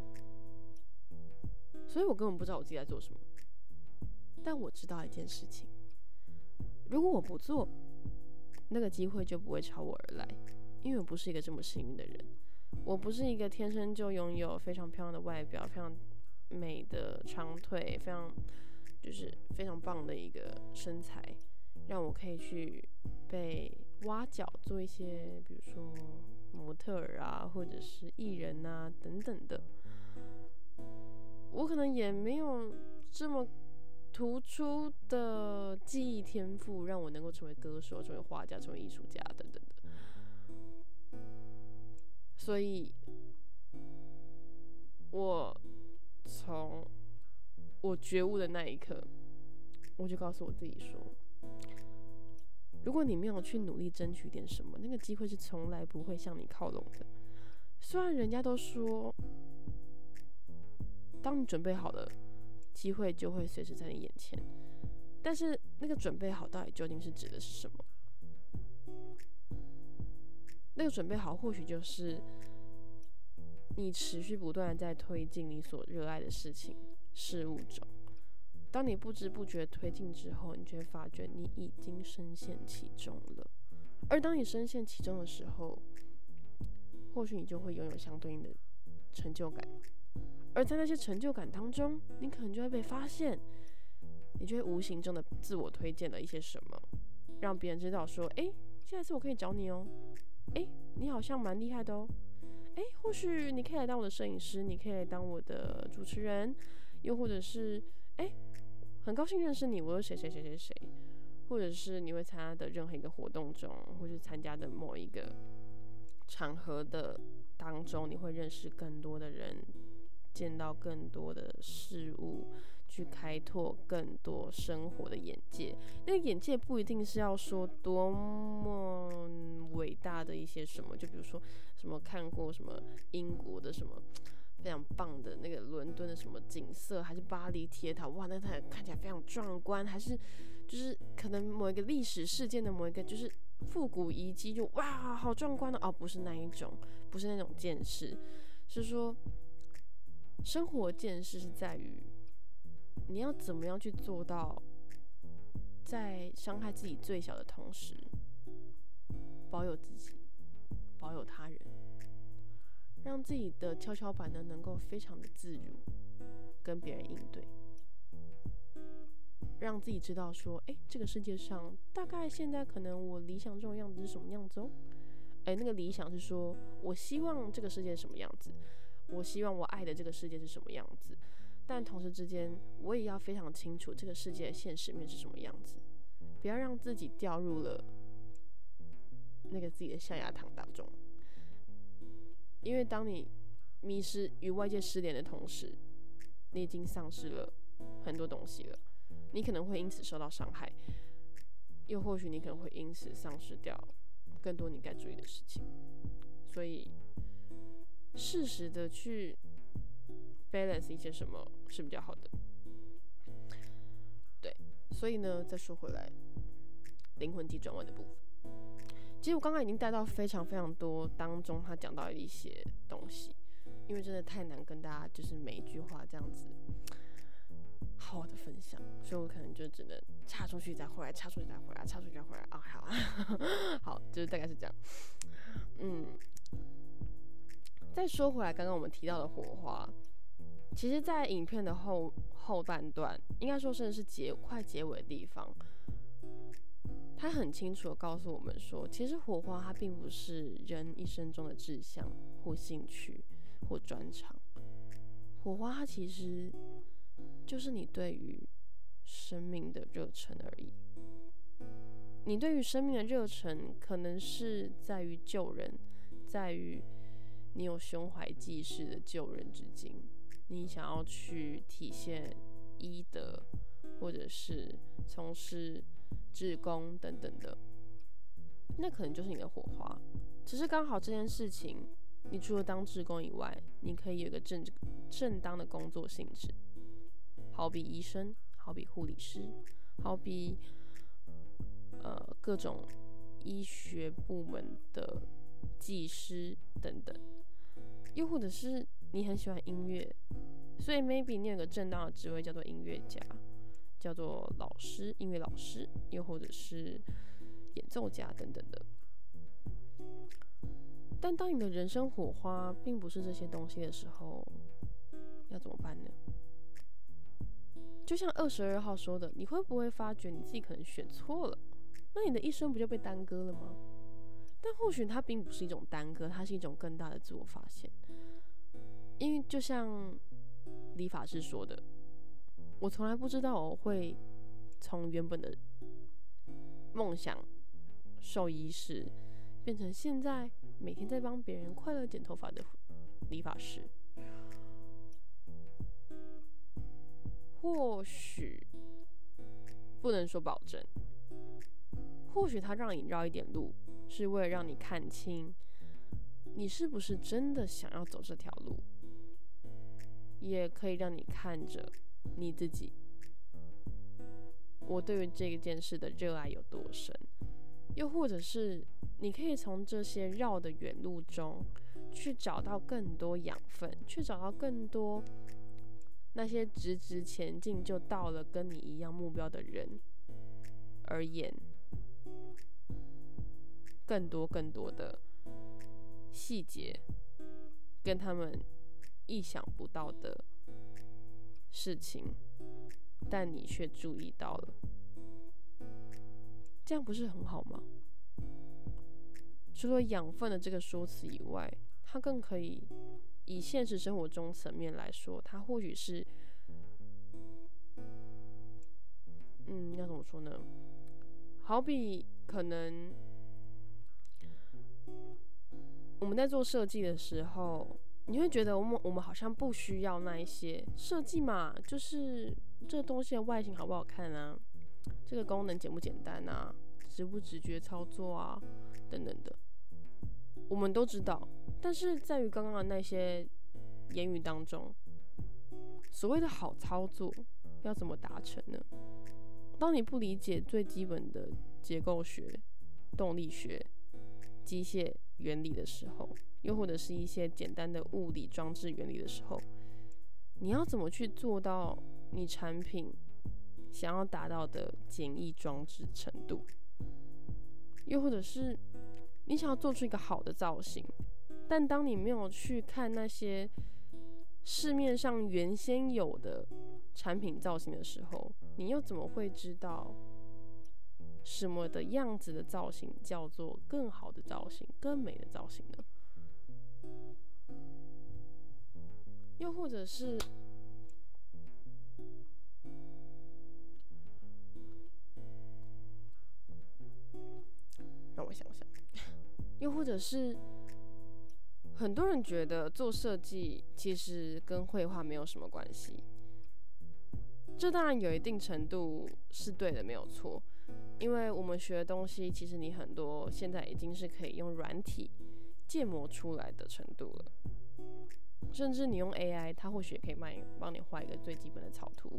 所以我根本不知道我自己在做什么。但我知道一件事情，如果我不做，那个机会就不会朝我而来，因为我不是一个这么幸运的人，我不是一个天生就拥有非常漂亮的外表、非常美的长腿、非常就是非常棒的一个身材，让我可以去被挖角做一些，比如说模特儿啊，或者是艺人啊等等的。我可能也没有这么突出的记忆天赋，让我能够成为歌手、成为画家、成为艺术家等等的。所以，我从我觉悟的那一刻，我就告诉我自己说，如果你没有去努力争取点什么，那个机会是从来不会向你靠拢的。虽然人家都说，当你准备好了，机会就会随时在你眼前，但是那个准备好到底究竟是指的是什么？那个准备好或许就是你持续不断的在推进你所热爱的事情事物中，当你不知不觉推进之后，你就会发觉你已经深陷其中了。而当你深陷其中的时候，或许你就会拥有相对应的成就感。而在那些成就感当中，你可能就会被发现，你就会无形中的自我推荐了一些什么，让别人知道说，哎，下一次我可以找你哦，哎，你好像蛮厉害的哦，哎，或许你可以来当我的摄影师，你可以来当我的主持人，又或者是，哎，很高兴认识你，我是谁谁谁谁谁，或者是你会参加的任何一个活动中，或是参加的某一个场合的当中，你会认识更多的人，见到更多的事物，去开拓更多生活的眼界。那个眼界不一定是要说多么伟大的一些什么，就比如说什么看过什么英国的什么非常棒的那个伦敦的什么景色，还是巴黎铁塔，哇，那它看起来非常壮观，还是就是可能某一个历史事件的某一个就是复古遗迹，就哇好壮观的哦，不是那一种，不是那种见识，是说生活见识是在于你要怎么样去做到在伤害自己最小的同时保有自己，保有他人，让自己的跷跷板呢能够非常的自如跟别人应对，让自己知道说，哎，这个世界上大概现在可能我理想中的样子是什么样子哦， 哎，那个理想是说我希望这个世界是什么样子，我希望我爱的这个世界是什么样子，但同时之间我也要非常清楚这个世界的现实面是什么样子，不要让自己掉入了那个自己的象牙塔当中。因为当你迷失与外界失联的同时，你已经丧失了很多东西了，你可能会因此受到伤害，又或许你可能会因此丧失掉更多你该注意的事情。所以适时的去 balance 一些什么是比较好的。对，所以呢，再说回来，灵魂急转弯的部分，其实我刚刚已经带到非常非常多当中他讲到的一些东西，因为真的太难跟大家就是每一句话这样子好好的分享，所以我可能就只能插出去再回来，插出去再回来，插出去再回来啊，好啊，好，就是大概是这样。嗯，再说回来，刚刚我们提到的火花，其实，在影片的后后半段，应该说甚至是结快结尾的地方，他很清楚的告诉我们说，其实火花它并不是人一生中的志向或兴趣或专长，火花它其实就是你对于生命的热忱而已。你对于生命的热忱，可能是在于救人，在于你有胸怀济世的救人之心，你想要去体现医德，或者是从事志工等等的，那可能就是你的火花。只是刚好这件事情，你除了当志工以外，你可以有一个正正当的工作性质，好比医生，好比护理师，好比呃各种医学部门的技师等等，又或者是你很喜欢音乐，所以 maybe 你有个正当的职位叫做音乐家，叫做老师，音乐老师，又或者是演奏家等等的。但当你的人生火花并不是这些东西的时候，要怎么办呢？就像二十二号说的，你会不会发觉你自己可能选错了？那你的一生不就被耽搁了吗？但或许它并不是一种耽搁，它是一种更大的自我发现。因为就像理发师说的，我从来不知道我会从原本的梦想兽医师变成现在每天在帮别人快乐剪头发的理发师。或许不能说保证，或许他让你绕一点路，是为了让你看清你是不是真的想要走这条路，也可以让你看着你自己，我对于这件事的热爱有多深，又或者是你可以从这些绕的远路中去找到更多养分，去找到更多那些直直前进就到了跟你一样目标的人而言，更多更多的细节跟他们意想不到的事情，但你却注意到了，这样不是很好吗？除了养分的这个说辞以外，它更可以以现实生活中层面来说，它或许是，嗯，要怎么说呢？好比可能我们在做设计的时候，你会觉得我们我们好像不需要那一些设计嘛，就是这个东西的外形好不好看啊，这个功能简不简单啊，直不直觉操作啊，等等的，我们都知道。但是在于刚刚的那些言语当中，所谓的好操作要怎么达成呢？当你不理解最基本的结构学、动力学、机械原理的时候，又或者是一些简单的物理装置原理的时候，你要怎么去做到你产品想要达到的简易装置程度？又或者是你想要做出一个好的造型，但当你没有去看那些市面上原先有的产品造型的时候，你又怎么会知道什么的样子的造型叫做更好的造型、更美的造型呢？又或者是，让我想想，又或者是，很多人觉得做设计其实跟绘画没有什么关系。这当然有一定程度是对的，没有错。因为我们学的东西，其实你很多现在已经是可以用软体建模出来的程度了。甚至你用 A I， 它或许也可以帮你帮你画一个最基本的草图。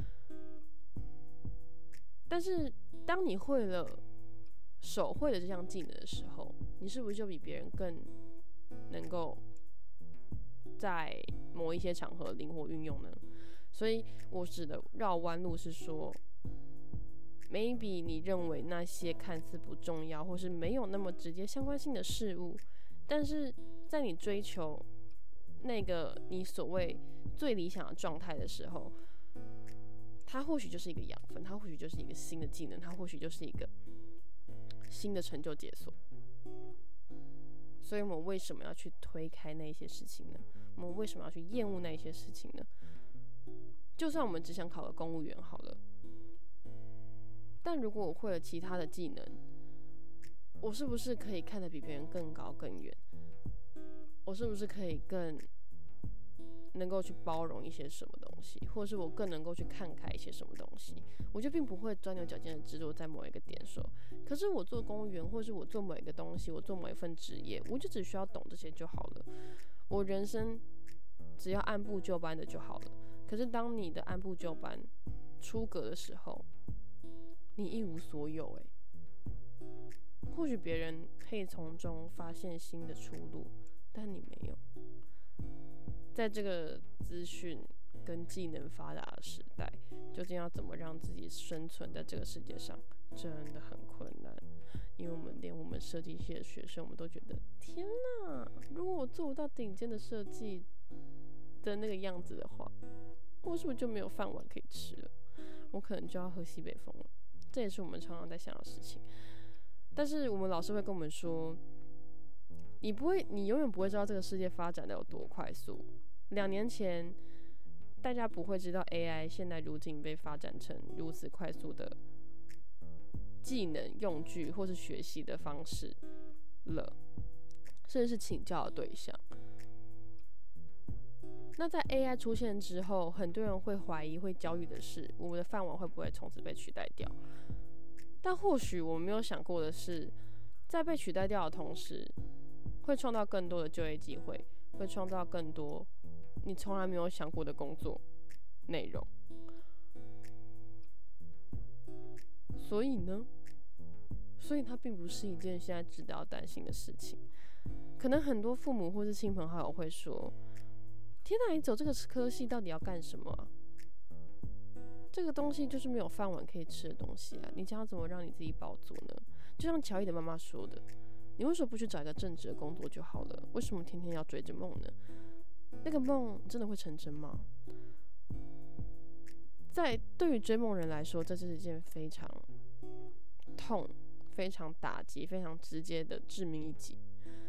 但是当你会了手绘的这项技能的时候，你是不是就比别人更能够在某一些场合灵活运用呢？所以我指的绕弯路是说 ，maybe 你认为那些看似不重要或是没有那么直接相关性的事物，但是在你追求那个你所谓最理想的状态的时候，它或许就是一个养分，它或许就是一个新的技能，它或许就是一个新的成就解锁。所以我们为什么要去推开那些事情呢？我们为什么要去厌恶那些事情呢？就算我们只想考个公务员好了，但如果我会了其他的技能，我是不是可以看得比别人更高更远？我是不是可以更能够去包容一些什么东西，或者是我更能够去看开一些什么东西？我就并不会钻牛角尖的执着在某一个点说，可是我做公务员，或是我做某一个东西，我做某一份职业，我就只需要懂这些就好了。我人生只要按部就班的就好了。可是当你的按部就班出格的时候，你一无所有欸。或许别人可以从中发现新的出路，但你没有。在这个资讯跟技能发达的时代，究竟要怎么让自己生存在这个世界上，真的很困难。因为我们连我们设计系的学生，我们都觉得天哪，如果我做不到顶尖的设计的那个样子的话，我是不是就没有饭碗可以吃了？我可能就要喝西北风了。这也是我们常常在想的事情。但是我们老师会跟我们说，你不会，你永远不会知道这个世界发展的有多快速。两年前，大家不会知道 A I 现在如今被发展成如此快速的技能、用具或是学习的方式了，甚至是请教的对象。那在 A I 出现之后，很多人会怀疑、会焦虑的是，我们的饭碗会不会从此被取代掉？但或许我们没有想过的是，在被取代掉的同时，会创造更多的就业机会，会创造更多你从来没有想过的工作内容。所以呢，所以它并不是一件现在值得要担心的事情。可能很多父母或是亲朋好友会说，天哪，你走这个科系到底要干什么啊？这个东西就是没有饭碗可以吃的东西啊！你将要怎么让你自己饱足呢？就像乔伊的妈妈说的，你为什么不去找一个正职的工作就好了？为什么天天要追着梦呢？那个梦真的会成真吗？在对于追梦人来说，这是一件非常痛、非常打击、非常直接的致命一击。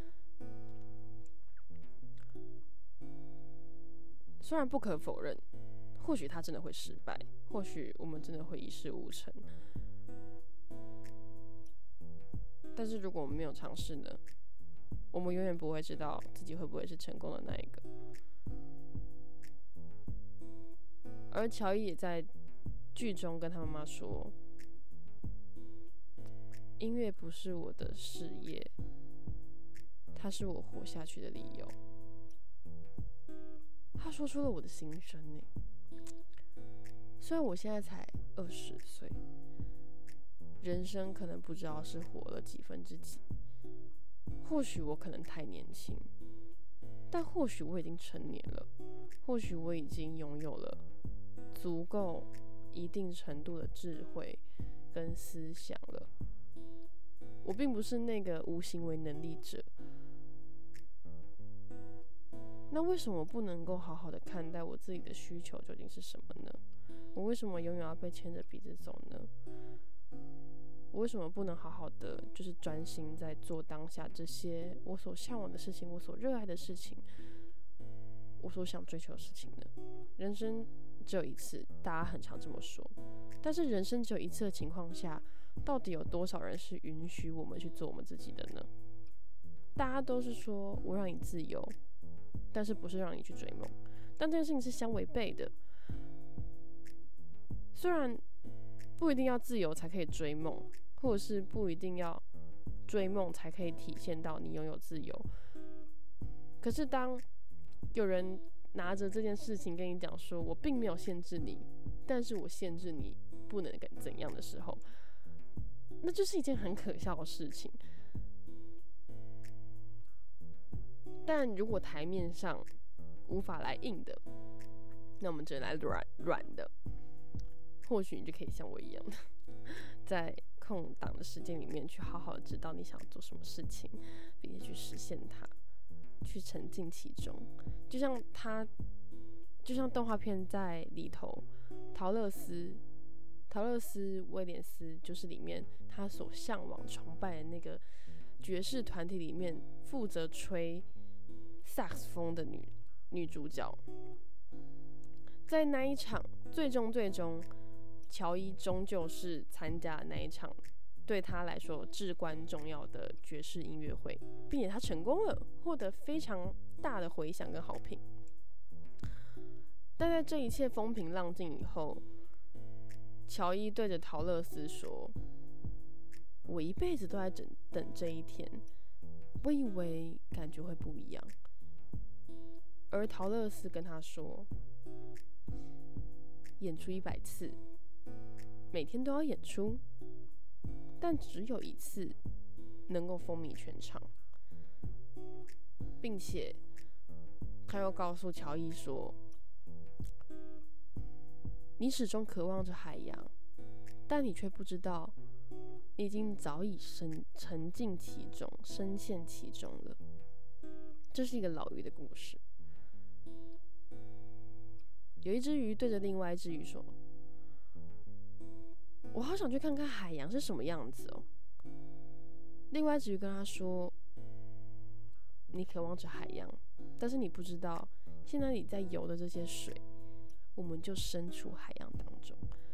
虽然不可否认，或许他真的会失败，或许我们真的会一事无成。但是如果我们没有尝试呢？我们永远不会知道自己会不会是成功的那一个。而乔伊也在剧中跟他妈妈说，音乐不是我的事业，它是我活下去的理由。他说出了我的心声呢。虽然我现在才二十岁，人生可能不知道是活了几分之几，或许我可能太年轻，但或许我已经成年了，或许我已经拥有了足够一定程度的智慧跟思想了。我并不是那个无行为能力者。那为什么我不能够好好的看待我自己的需求究竟是什么呢？我为什么永远要被牵着鼻子走呢？ 我为什么不能好好的就是专心在做当下这些我所向往的事情，我所热爱的事情，我所想追求的事情呢？人生只有一次，大家很常这么说，但是人生只有一次的情况下，到底有多少人是允许我们去做我们自己的呢？大家都是说我让你自由，但是不是让你去追梦，但这件事情是相违背的。虽然不一定要自由才可以追梦，或者是不一定要追梦才可以体现到你拥有自由，可是当有人拿着这件事情跟你讲说我并没有限制你，但是我限制你不能怎样的时候，那就是一件很可笑的事情。但如果台面上无法来硬的，那我们只能来软软的，或许你就可以像我一样的在空档的时间里面去好好的知道你想要做什么事情，并且去实现它，去沉浸其中。就像他就像动画片在里头，陶乐斯陶乐斯威廉斯就是里面他所向往崇拜的那个爵士团体里面负责吹萨克斯风的女女主角。在那一场最终最终乔伊终究是参加那一场对他来说至关重要的爵士音乐会，并且他成功了，获得非常大的回响跟好评。但在这一切风平浪静以后，乔伊对着陶乐斯说：我一辈子都在等等这一天，我以为感觉会不一样。而陶乐斯跟他说：演出一百次，每天都要演出，但只有一次能够风靡全场。并且他又告诉乔伊说：你始终渴望着海洋，但你却不知道你已经早已深沉浸其中，深陷其中了。这是一个老鱼的故事。有一只鱼对着另外一只鱼说：我好想去看看海洋是什么样子哦。另外一只鱼跟他说：你渴望着海洋，但是你不知道现在你在游的这些水，我们就身处海洋当中。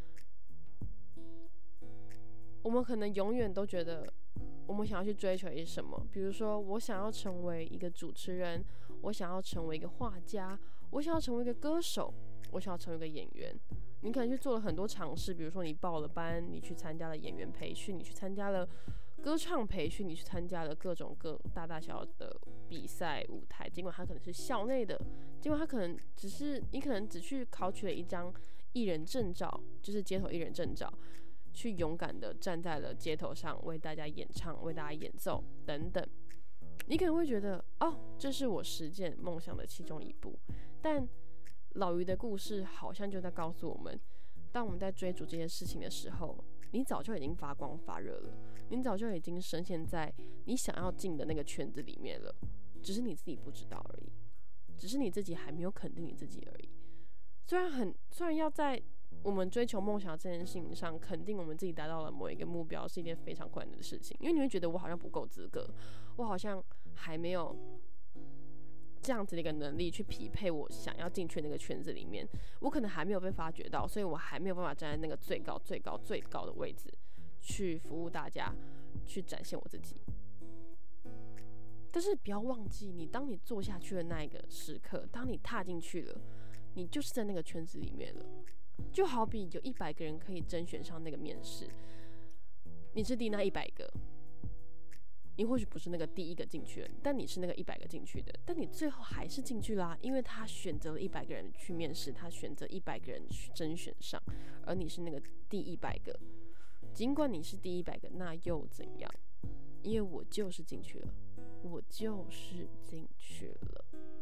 我们可能永远都觉得我们想要去追求一些什么，比如说我想要成为一个主持人，我想要成为一个画家，我想要成为一个歌手，我想要成为一个演员。你可能去做了很多尝试，比如说你报了班，你去参加了演员培训，你去参加了歌唱培训，你去参加了各种各大大小小的比赛舞台，尽管它可能是校内的，尽管它可能只是你可能只去考取了一张艺人证照，就是街头艺人证照，去勇敢的站在了街头上为大家演唱，为大家演奏等等。你可能会觉得哦，这是我实践梦想的其中一步，但老鱼的故事好像就在告诉我们，当我们在追逐这些事情的时候，你早就已经发光发热了，你早就已经深陷在你想要进的那个圈子里面了，只是你自己不知道而已，只是你自己还没有肯定你自己而已。虽然很虽然要在我们追求梦想这件事情上肯定我们自己达到了某一个目标是一件非常困难的事情，因为你会觉得我好像不够资格，我好像还没有这样子的一个能力去匹配我想要进去那个圈子里面，我可能还没有被发掘到，所以我还没有办法站在那个最高最高最高的位置去服务大家，去展现我自己。但是不要忘记，你当你做下去的那一个时刻，当你踏进去了，你就是在那个圈子里面了。就好比有一百个人可以甄选上那个面试，你是第那一百个，你或许不是那个第一个进去的，但你是那个一百个进去的，但你最后还是进去啦，因为他选择了一百个人去面试，他选择一百个人去甄选上，而你是那个第一百个。尽管你是第一百个，那又怎样？因为我就是进去了，我就是进去了。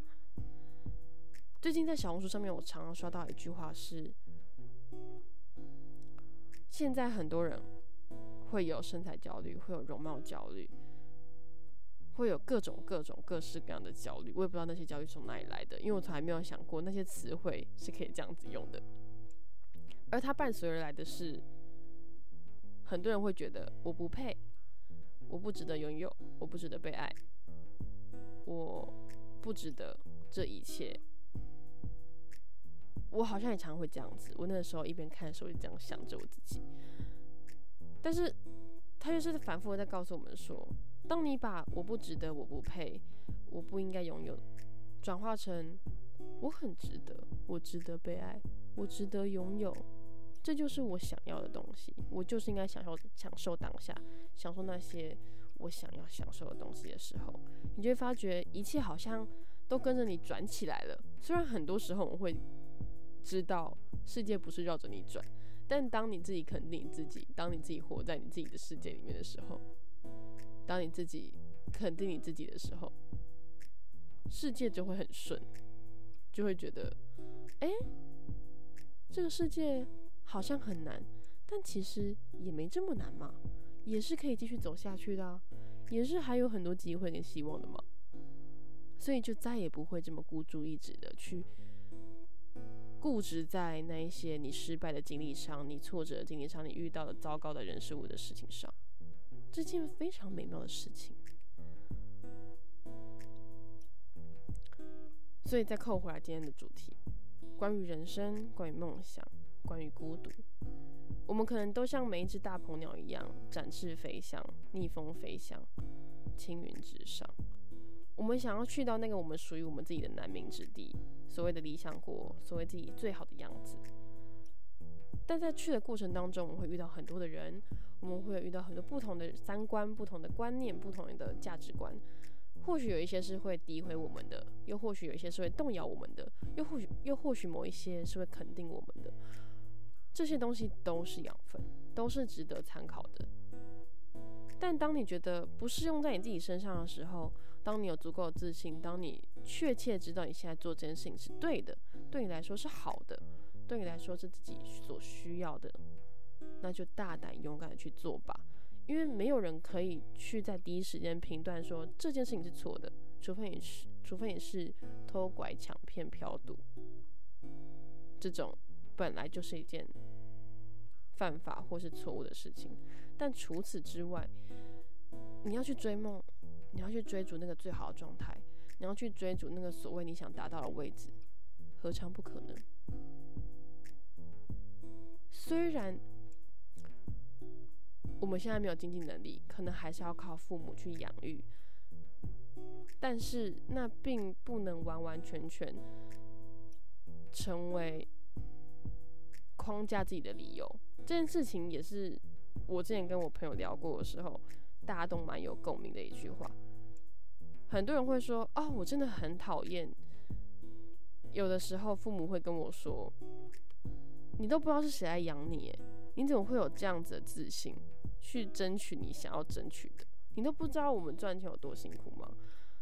最近在小红书上面，我常常刷到一句话是：现在很多人会有身材焦虑，会有容貌焦虑，会有各种各种各式各样的焦虑。我也不知道那些焦虑从哪里来的，因为我从来没有想过那些词汇是可以这样子用的。而它伴随而来的是很多人会觉得我不配，我不值得拥有，我不值得被爱，我不值得这一切。我好像也常会这样子，我那个时候一边看的时候就这样想着我自己。但是他就是反复的在告诉我们说，当你把我不值得，我不配，我不应该拥有转化成我很值得，我值得被爱，我值得拥有，这就是我想要的东西，我就是应该享受享受当下，享受那些我想要享受的东西的时候，你就会发觉一切好像都跟着你转起来了。虽然很多时候我会知道世界不是绕着你转，但当你自己肯定你自己，当你自己活在你自己的世界里面的时候，当你自己肯定你自己的时候，世界就会很顺，就会觉得哎、欸，这个世界好像很难，但其实也没这么难嘛，也是可以继续走下去的啊，也是还有很多机会跟希望的嘛。所以就再也不会这么孤注一掷的去固执在那一些你失败的经历上，你挫折的经历上，你遇到的糟糕的人事物的事情上，这件非常美妙的事情。所以再扣回来今天的主题，关于人生，关于梦想，关于孤独，我们可能都像每一只大鹏鸟一样展翅飞翔，逆风飞翔，青云直上。我们想要去到那个我们属于我们自己的南冥之地，所谓的理想国，所谓自己最好的样子。但在去的过程当中，我们会遇到很多的人，我们会遇到很多不同的三观、不同的观念、不同的价值观。或许有一些是会诋毁我们的，又或许有一些是会动摇我们的，又或许又或许某一些是会肯定我们的。这些东西都是养分，都是值得参考的。但当你觉得不适用在你自己身上的时候，当你有足够的自信，当你确切知道你现在做这件事情是对的，对你来说是好的，对你来说是自己所需要的，那就大胆勇敢的去做吧。因为没有人可以去在第一时间评断说这件事情是错的，除非你是，除非你是偷拐抢骗嫖赌，这种本来就是一件犯法或是错误的事情。但除此之外，你要去追梦，你要去追逐那个最好的状态，你要去追逐那个所谓你想达到的位置，何尝不可能？虽然我们现在没有经济能力，可能还是要靠父母去养育，但是那并不能完完全全成为框架自己的理由。这件事情也是我之前跟我朋友聊过的时候，大家都蛮有共鸣的一句话。很多人会说，哦，我真的很讨厌，有的时候父母会跟我说，你都不知道是谁来养你耶，你怎么会有这样子的自信去争取你想要争取的？你都不知道我们赚钱有多辛苦吗？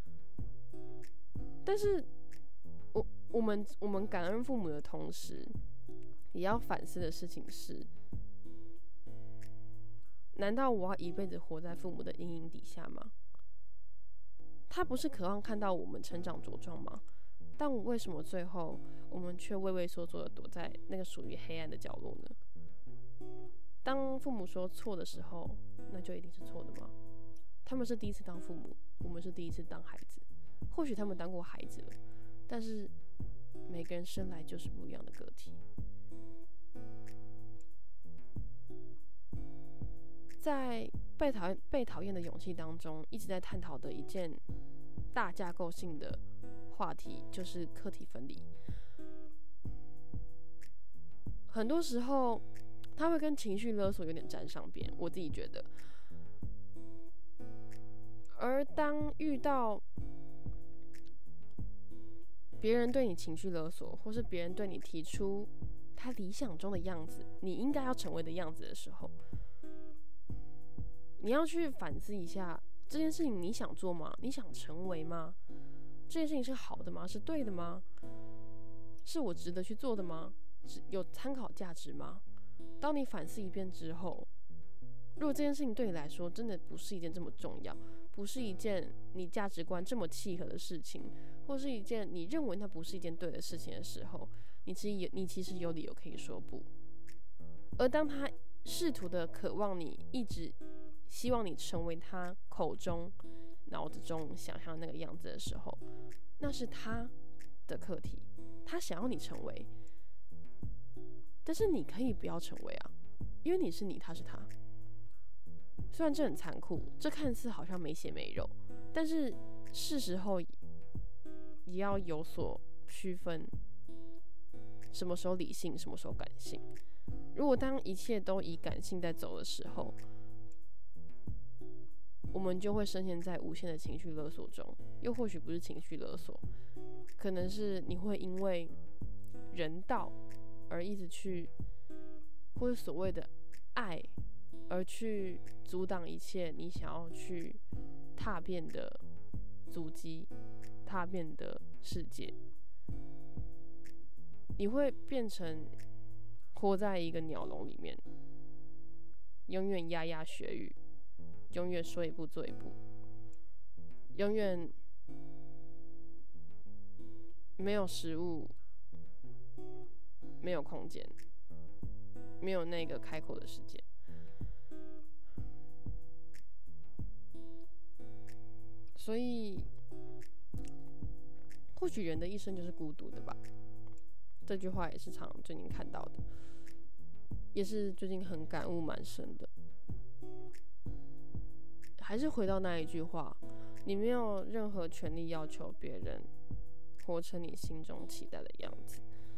但是我我们我们感恩父母的同时，也要反思的事情是，难道我要一辈子活在父母的阴影底下吗？他不是渴望看到我们成长茁壮吗？但为什么最后我们却畏畏缩缩的躲在那个属于黑暗的角落呢？当父母说错的时候，那就一定是错的吗？他们是第一次当父母，我们是第一次当孩子。或许他们当过孩子了，但是每个人生来就是不一样的个体。在被讨厌被讨厌的勇气当中，一直在探讨的一件大架构性的话题，就是课题分离。很多时候，它会跟情绪勒索有点沾上边，我自己觉得。而当遇到别人对你情绪勒索，或是别人对你提出他理想中的样子，你应该要成为的样子的时候，你要去反思一下，这件事情你想做吗？你想成为吗？这件事情是好的吗？是对的吗？是我值得去做的吗？有参考价值吗？当你反思一遍之后，如果这件事情对你来说真的不是一件这么重要，不是一件你价值观这么契合的事情，或是一件你认为那不是一件对的事情的时候，你其实有你其实有理由可以说不。而当它试图的渴望你，一直希望你成为他口中、脑子中想象那个样子的时候，那是他的课题，他想要你成为，但是你可以不要成为啊，因为你是你，他是他。虽然这很残酷，这看似好像没血没肉，但是是时候也要有所区分，什么时候理性，什么时候感性。如果当一切都以感性在走的时候，我们就会深陷在无限的情绪勒索中，又或许不是情绪勒索，可能是你会因为人道而一直去，或者所谓的爱而去阻挡一切你想要去踏遍的足迹、踏遍的世界。你会变成活在一个鸟笼里面，永远牙牙学语，永远说一步做一步，永远没有食物，没有空间，没有那个开阔的世界。所以，或许人的一生就是孤独的吧。这句话也是常最近看到的，也是最近很感悟蛮深的。还是回到那一句话，你没有任何权利要求别人活成你心中期待的样子，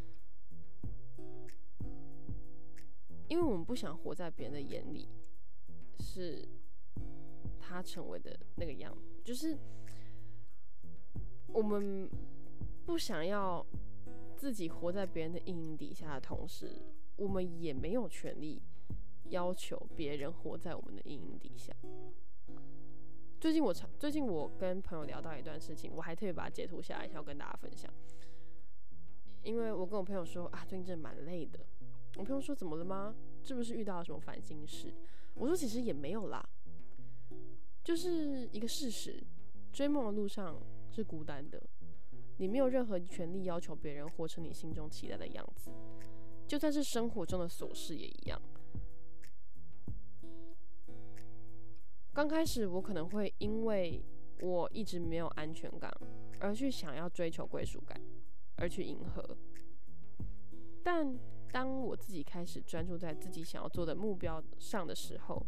因为我们不想活在别人的眼里是他成为的那个样子，就是我们不想要自己活在别人的阴影底下的同时，我们也没有权利要求别人活在我们的阴影底下。最近我最近我跟朋友聊到一段事情，我还特别把它截图下来，想要跟大家分享。因为我跟我朋友说啊，最近真的蛮累的。我朋友说怎么了吗？是不是遇到了什么烦心事？我说其实也没有啦，就是一个事实，追梦的路上是孤单的，你没有任何权利要求别人活成你心中期待的样子，就算是生活中的琐事也一样。刚开始我可能会因为我一直没有安全感而去想要追求归属感，而去迎合。但当我自己开始专注在自己想要做的目标上的时候，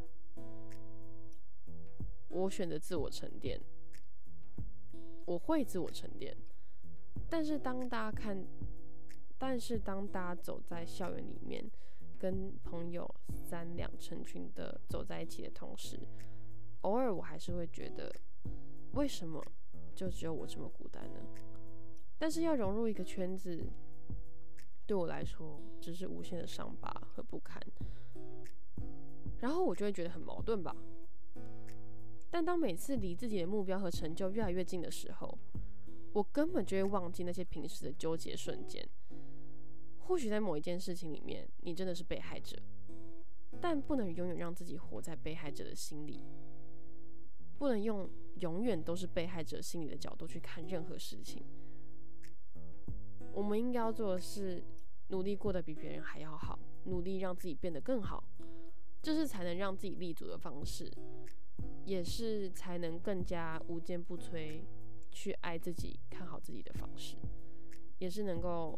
我选择自我沉淀，我会自我沉淀。但是当大家看，但是当大家走在校园里面，跟朋友三两成群的走在一起的同时，偶尔我还是会觉得，为什么就只有我这么孤单呢？但是要融入一个圈子，对我来说只是无限的伤疤和不堪，然后我就会觉得很矛盾吧。但当每次离自己的目标和成就越来越近的时候，我根本就会忘记那些平时的纠结瞬间。或许在某一件事情里面，你真的是被害者，但不能永远让自己活在被害者的心里，不能用永远都是被害者心理的角度去看任何事情。我们应该要做的是，努力过得比别人还要好，努力让自己变得更好，这是才能让自己立足的方式，也是才能更加无坚不摧去爱自己、看好自己的方式，也是能够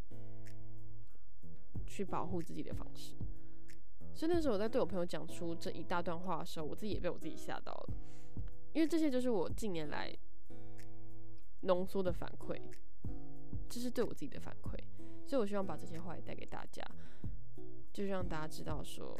去保护自己的方式。所以那时候我在对我朋友讲出这一大段话的时候，我自己也被我自己吓到了，因为这些就是我近年来浓缩的反馈，这是对我自己的反馈，所以我希望把这些话也带给大家，就让大家知道说，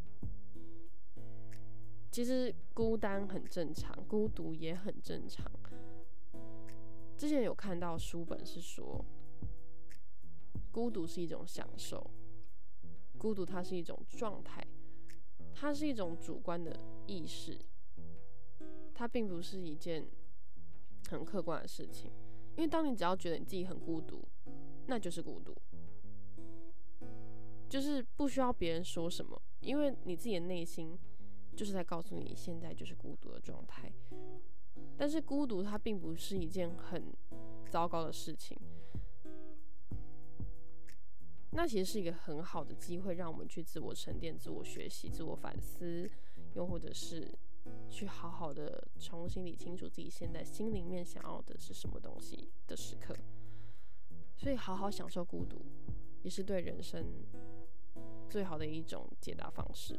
其实孤单很正常，孤独也很正常。之前有看到书本是说，孤独是一种享受，孤独它是一种状态，它是一种主观的意识，它并不是一件很客观的事情。因为当你只要觉得你自己很孤独，那就是孤独，就是不需要别人说什么，因为你自己的内心就是在告诉你现在就是孤独的状态。但是孤独它并不是一件很糟糕的事情， 那其实是一个很好的机会，让我们去自我沉淀、自我学习、自我反思，又或者是去好好的重新理清楚自己现在心里面想要的是什么东西的时刻。所以好好享受孤独，也是对人生最好的一种解答方式。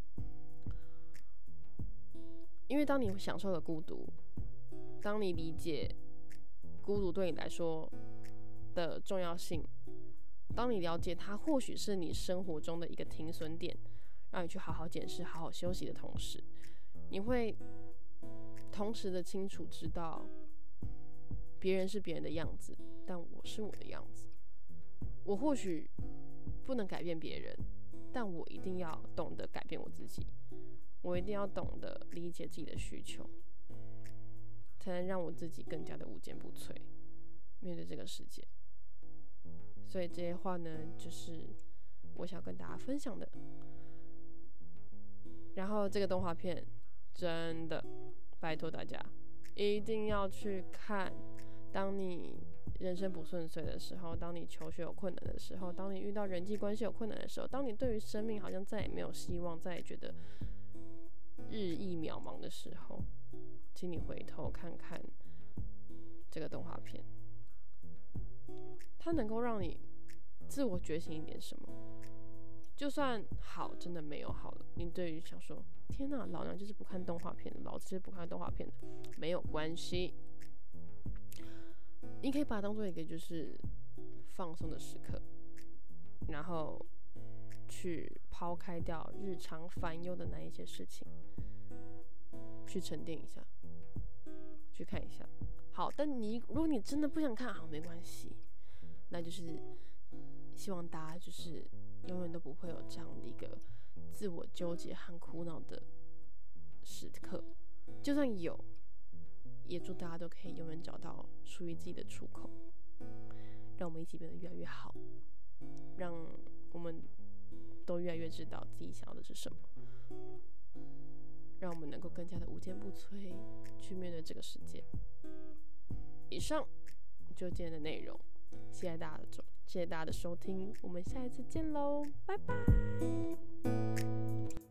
因为当你享受了孤独，当你理解孤独对你来说的重要性，当你了解它或许是你生活中的一个停损点，让你去好好检视、好好休息的同时，你会同时的清楚知道，别人是别人的样子，但我是我的样子。我或许不能改变别人，但我一定要懂得改变我自己。我一定要懂得理解自己的需求，才能让我自己更加的无坚不摧，面对这个世界。所以这些话呢，就是我想跟大家分享的。然后这个动画片真的拜托大家一定要去看。当你人生不顺遂的时候，当你求学有困难的时候，当你遇到人际关系有困难的时候，当你对于生命好像再也没有希望，再也觉得日益渺茫的时候，请你回头看看这个动画片，它能够让你自我觉醒一点什么。就算好真的没有好了，你对于想说天哪，老娘就是不看动画片的，老子就是不看动画片的，没有关系，你可以把它当做一个就是放松的时刻，然后去抛开掉日常烦忧的那一些事情，去沉淀一下，去看一下。好，但你如果你真的不想看，好，没关系，那就是希望大家就是永远都不会有这样的一个自我纠结和苦恼的时刻，就算有，也祝大家都可以永远找到属于自己的出口，让我们一起变得越来越好，让我们都越来越知道自己想要的是什么，让我们能够更加的无坚不摧去面对这个世界。以上就今天的内容，谢谢大家的谢谢大家的收听，我们下一次见喽，拜拜。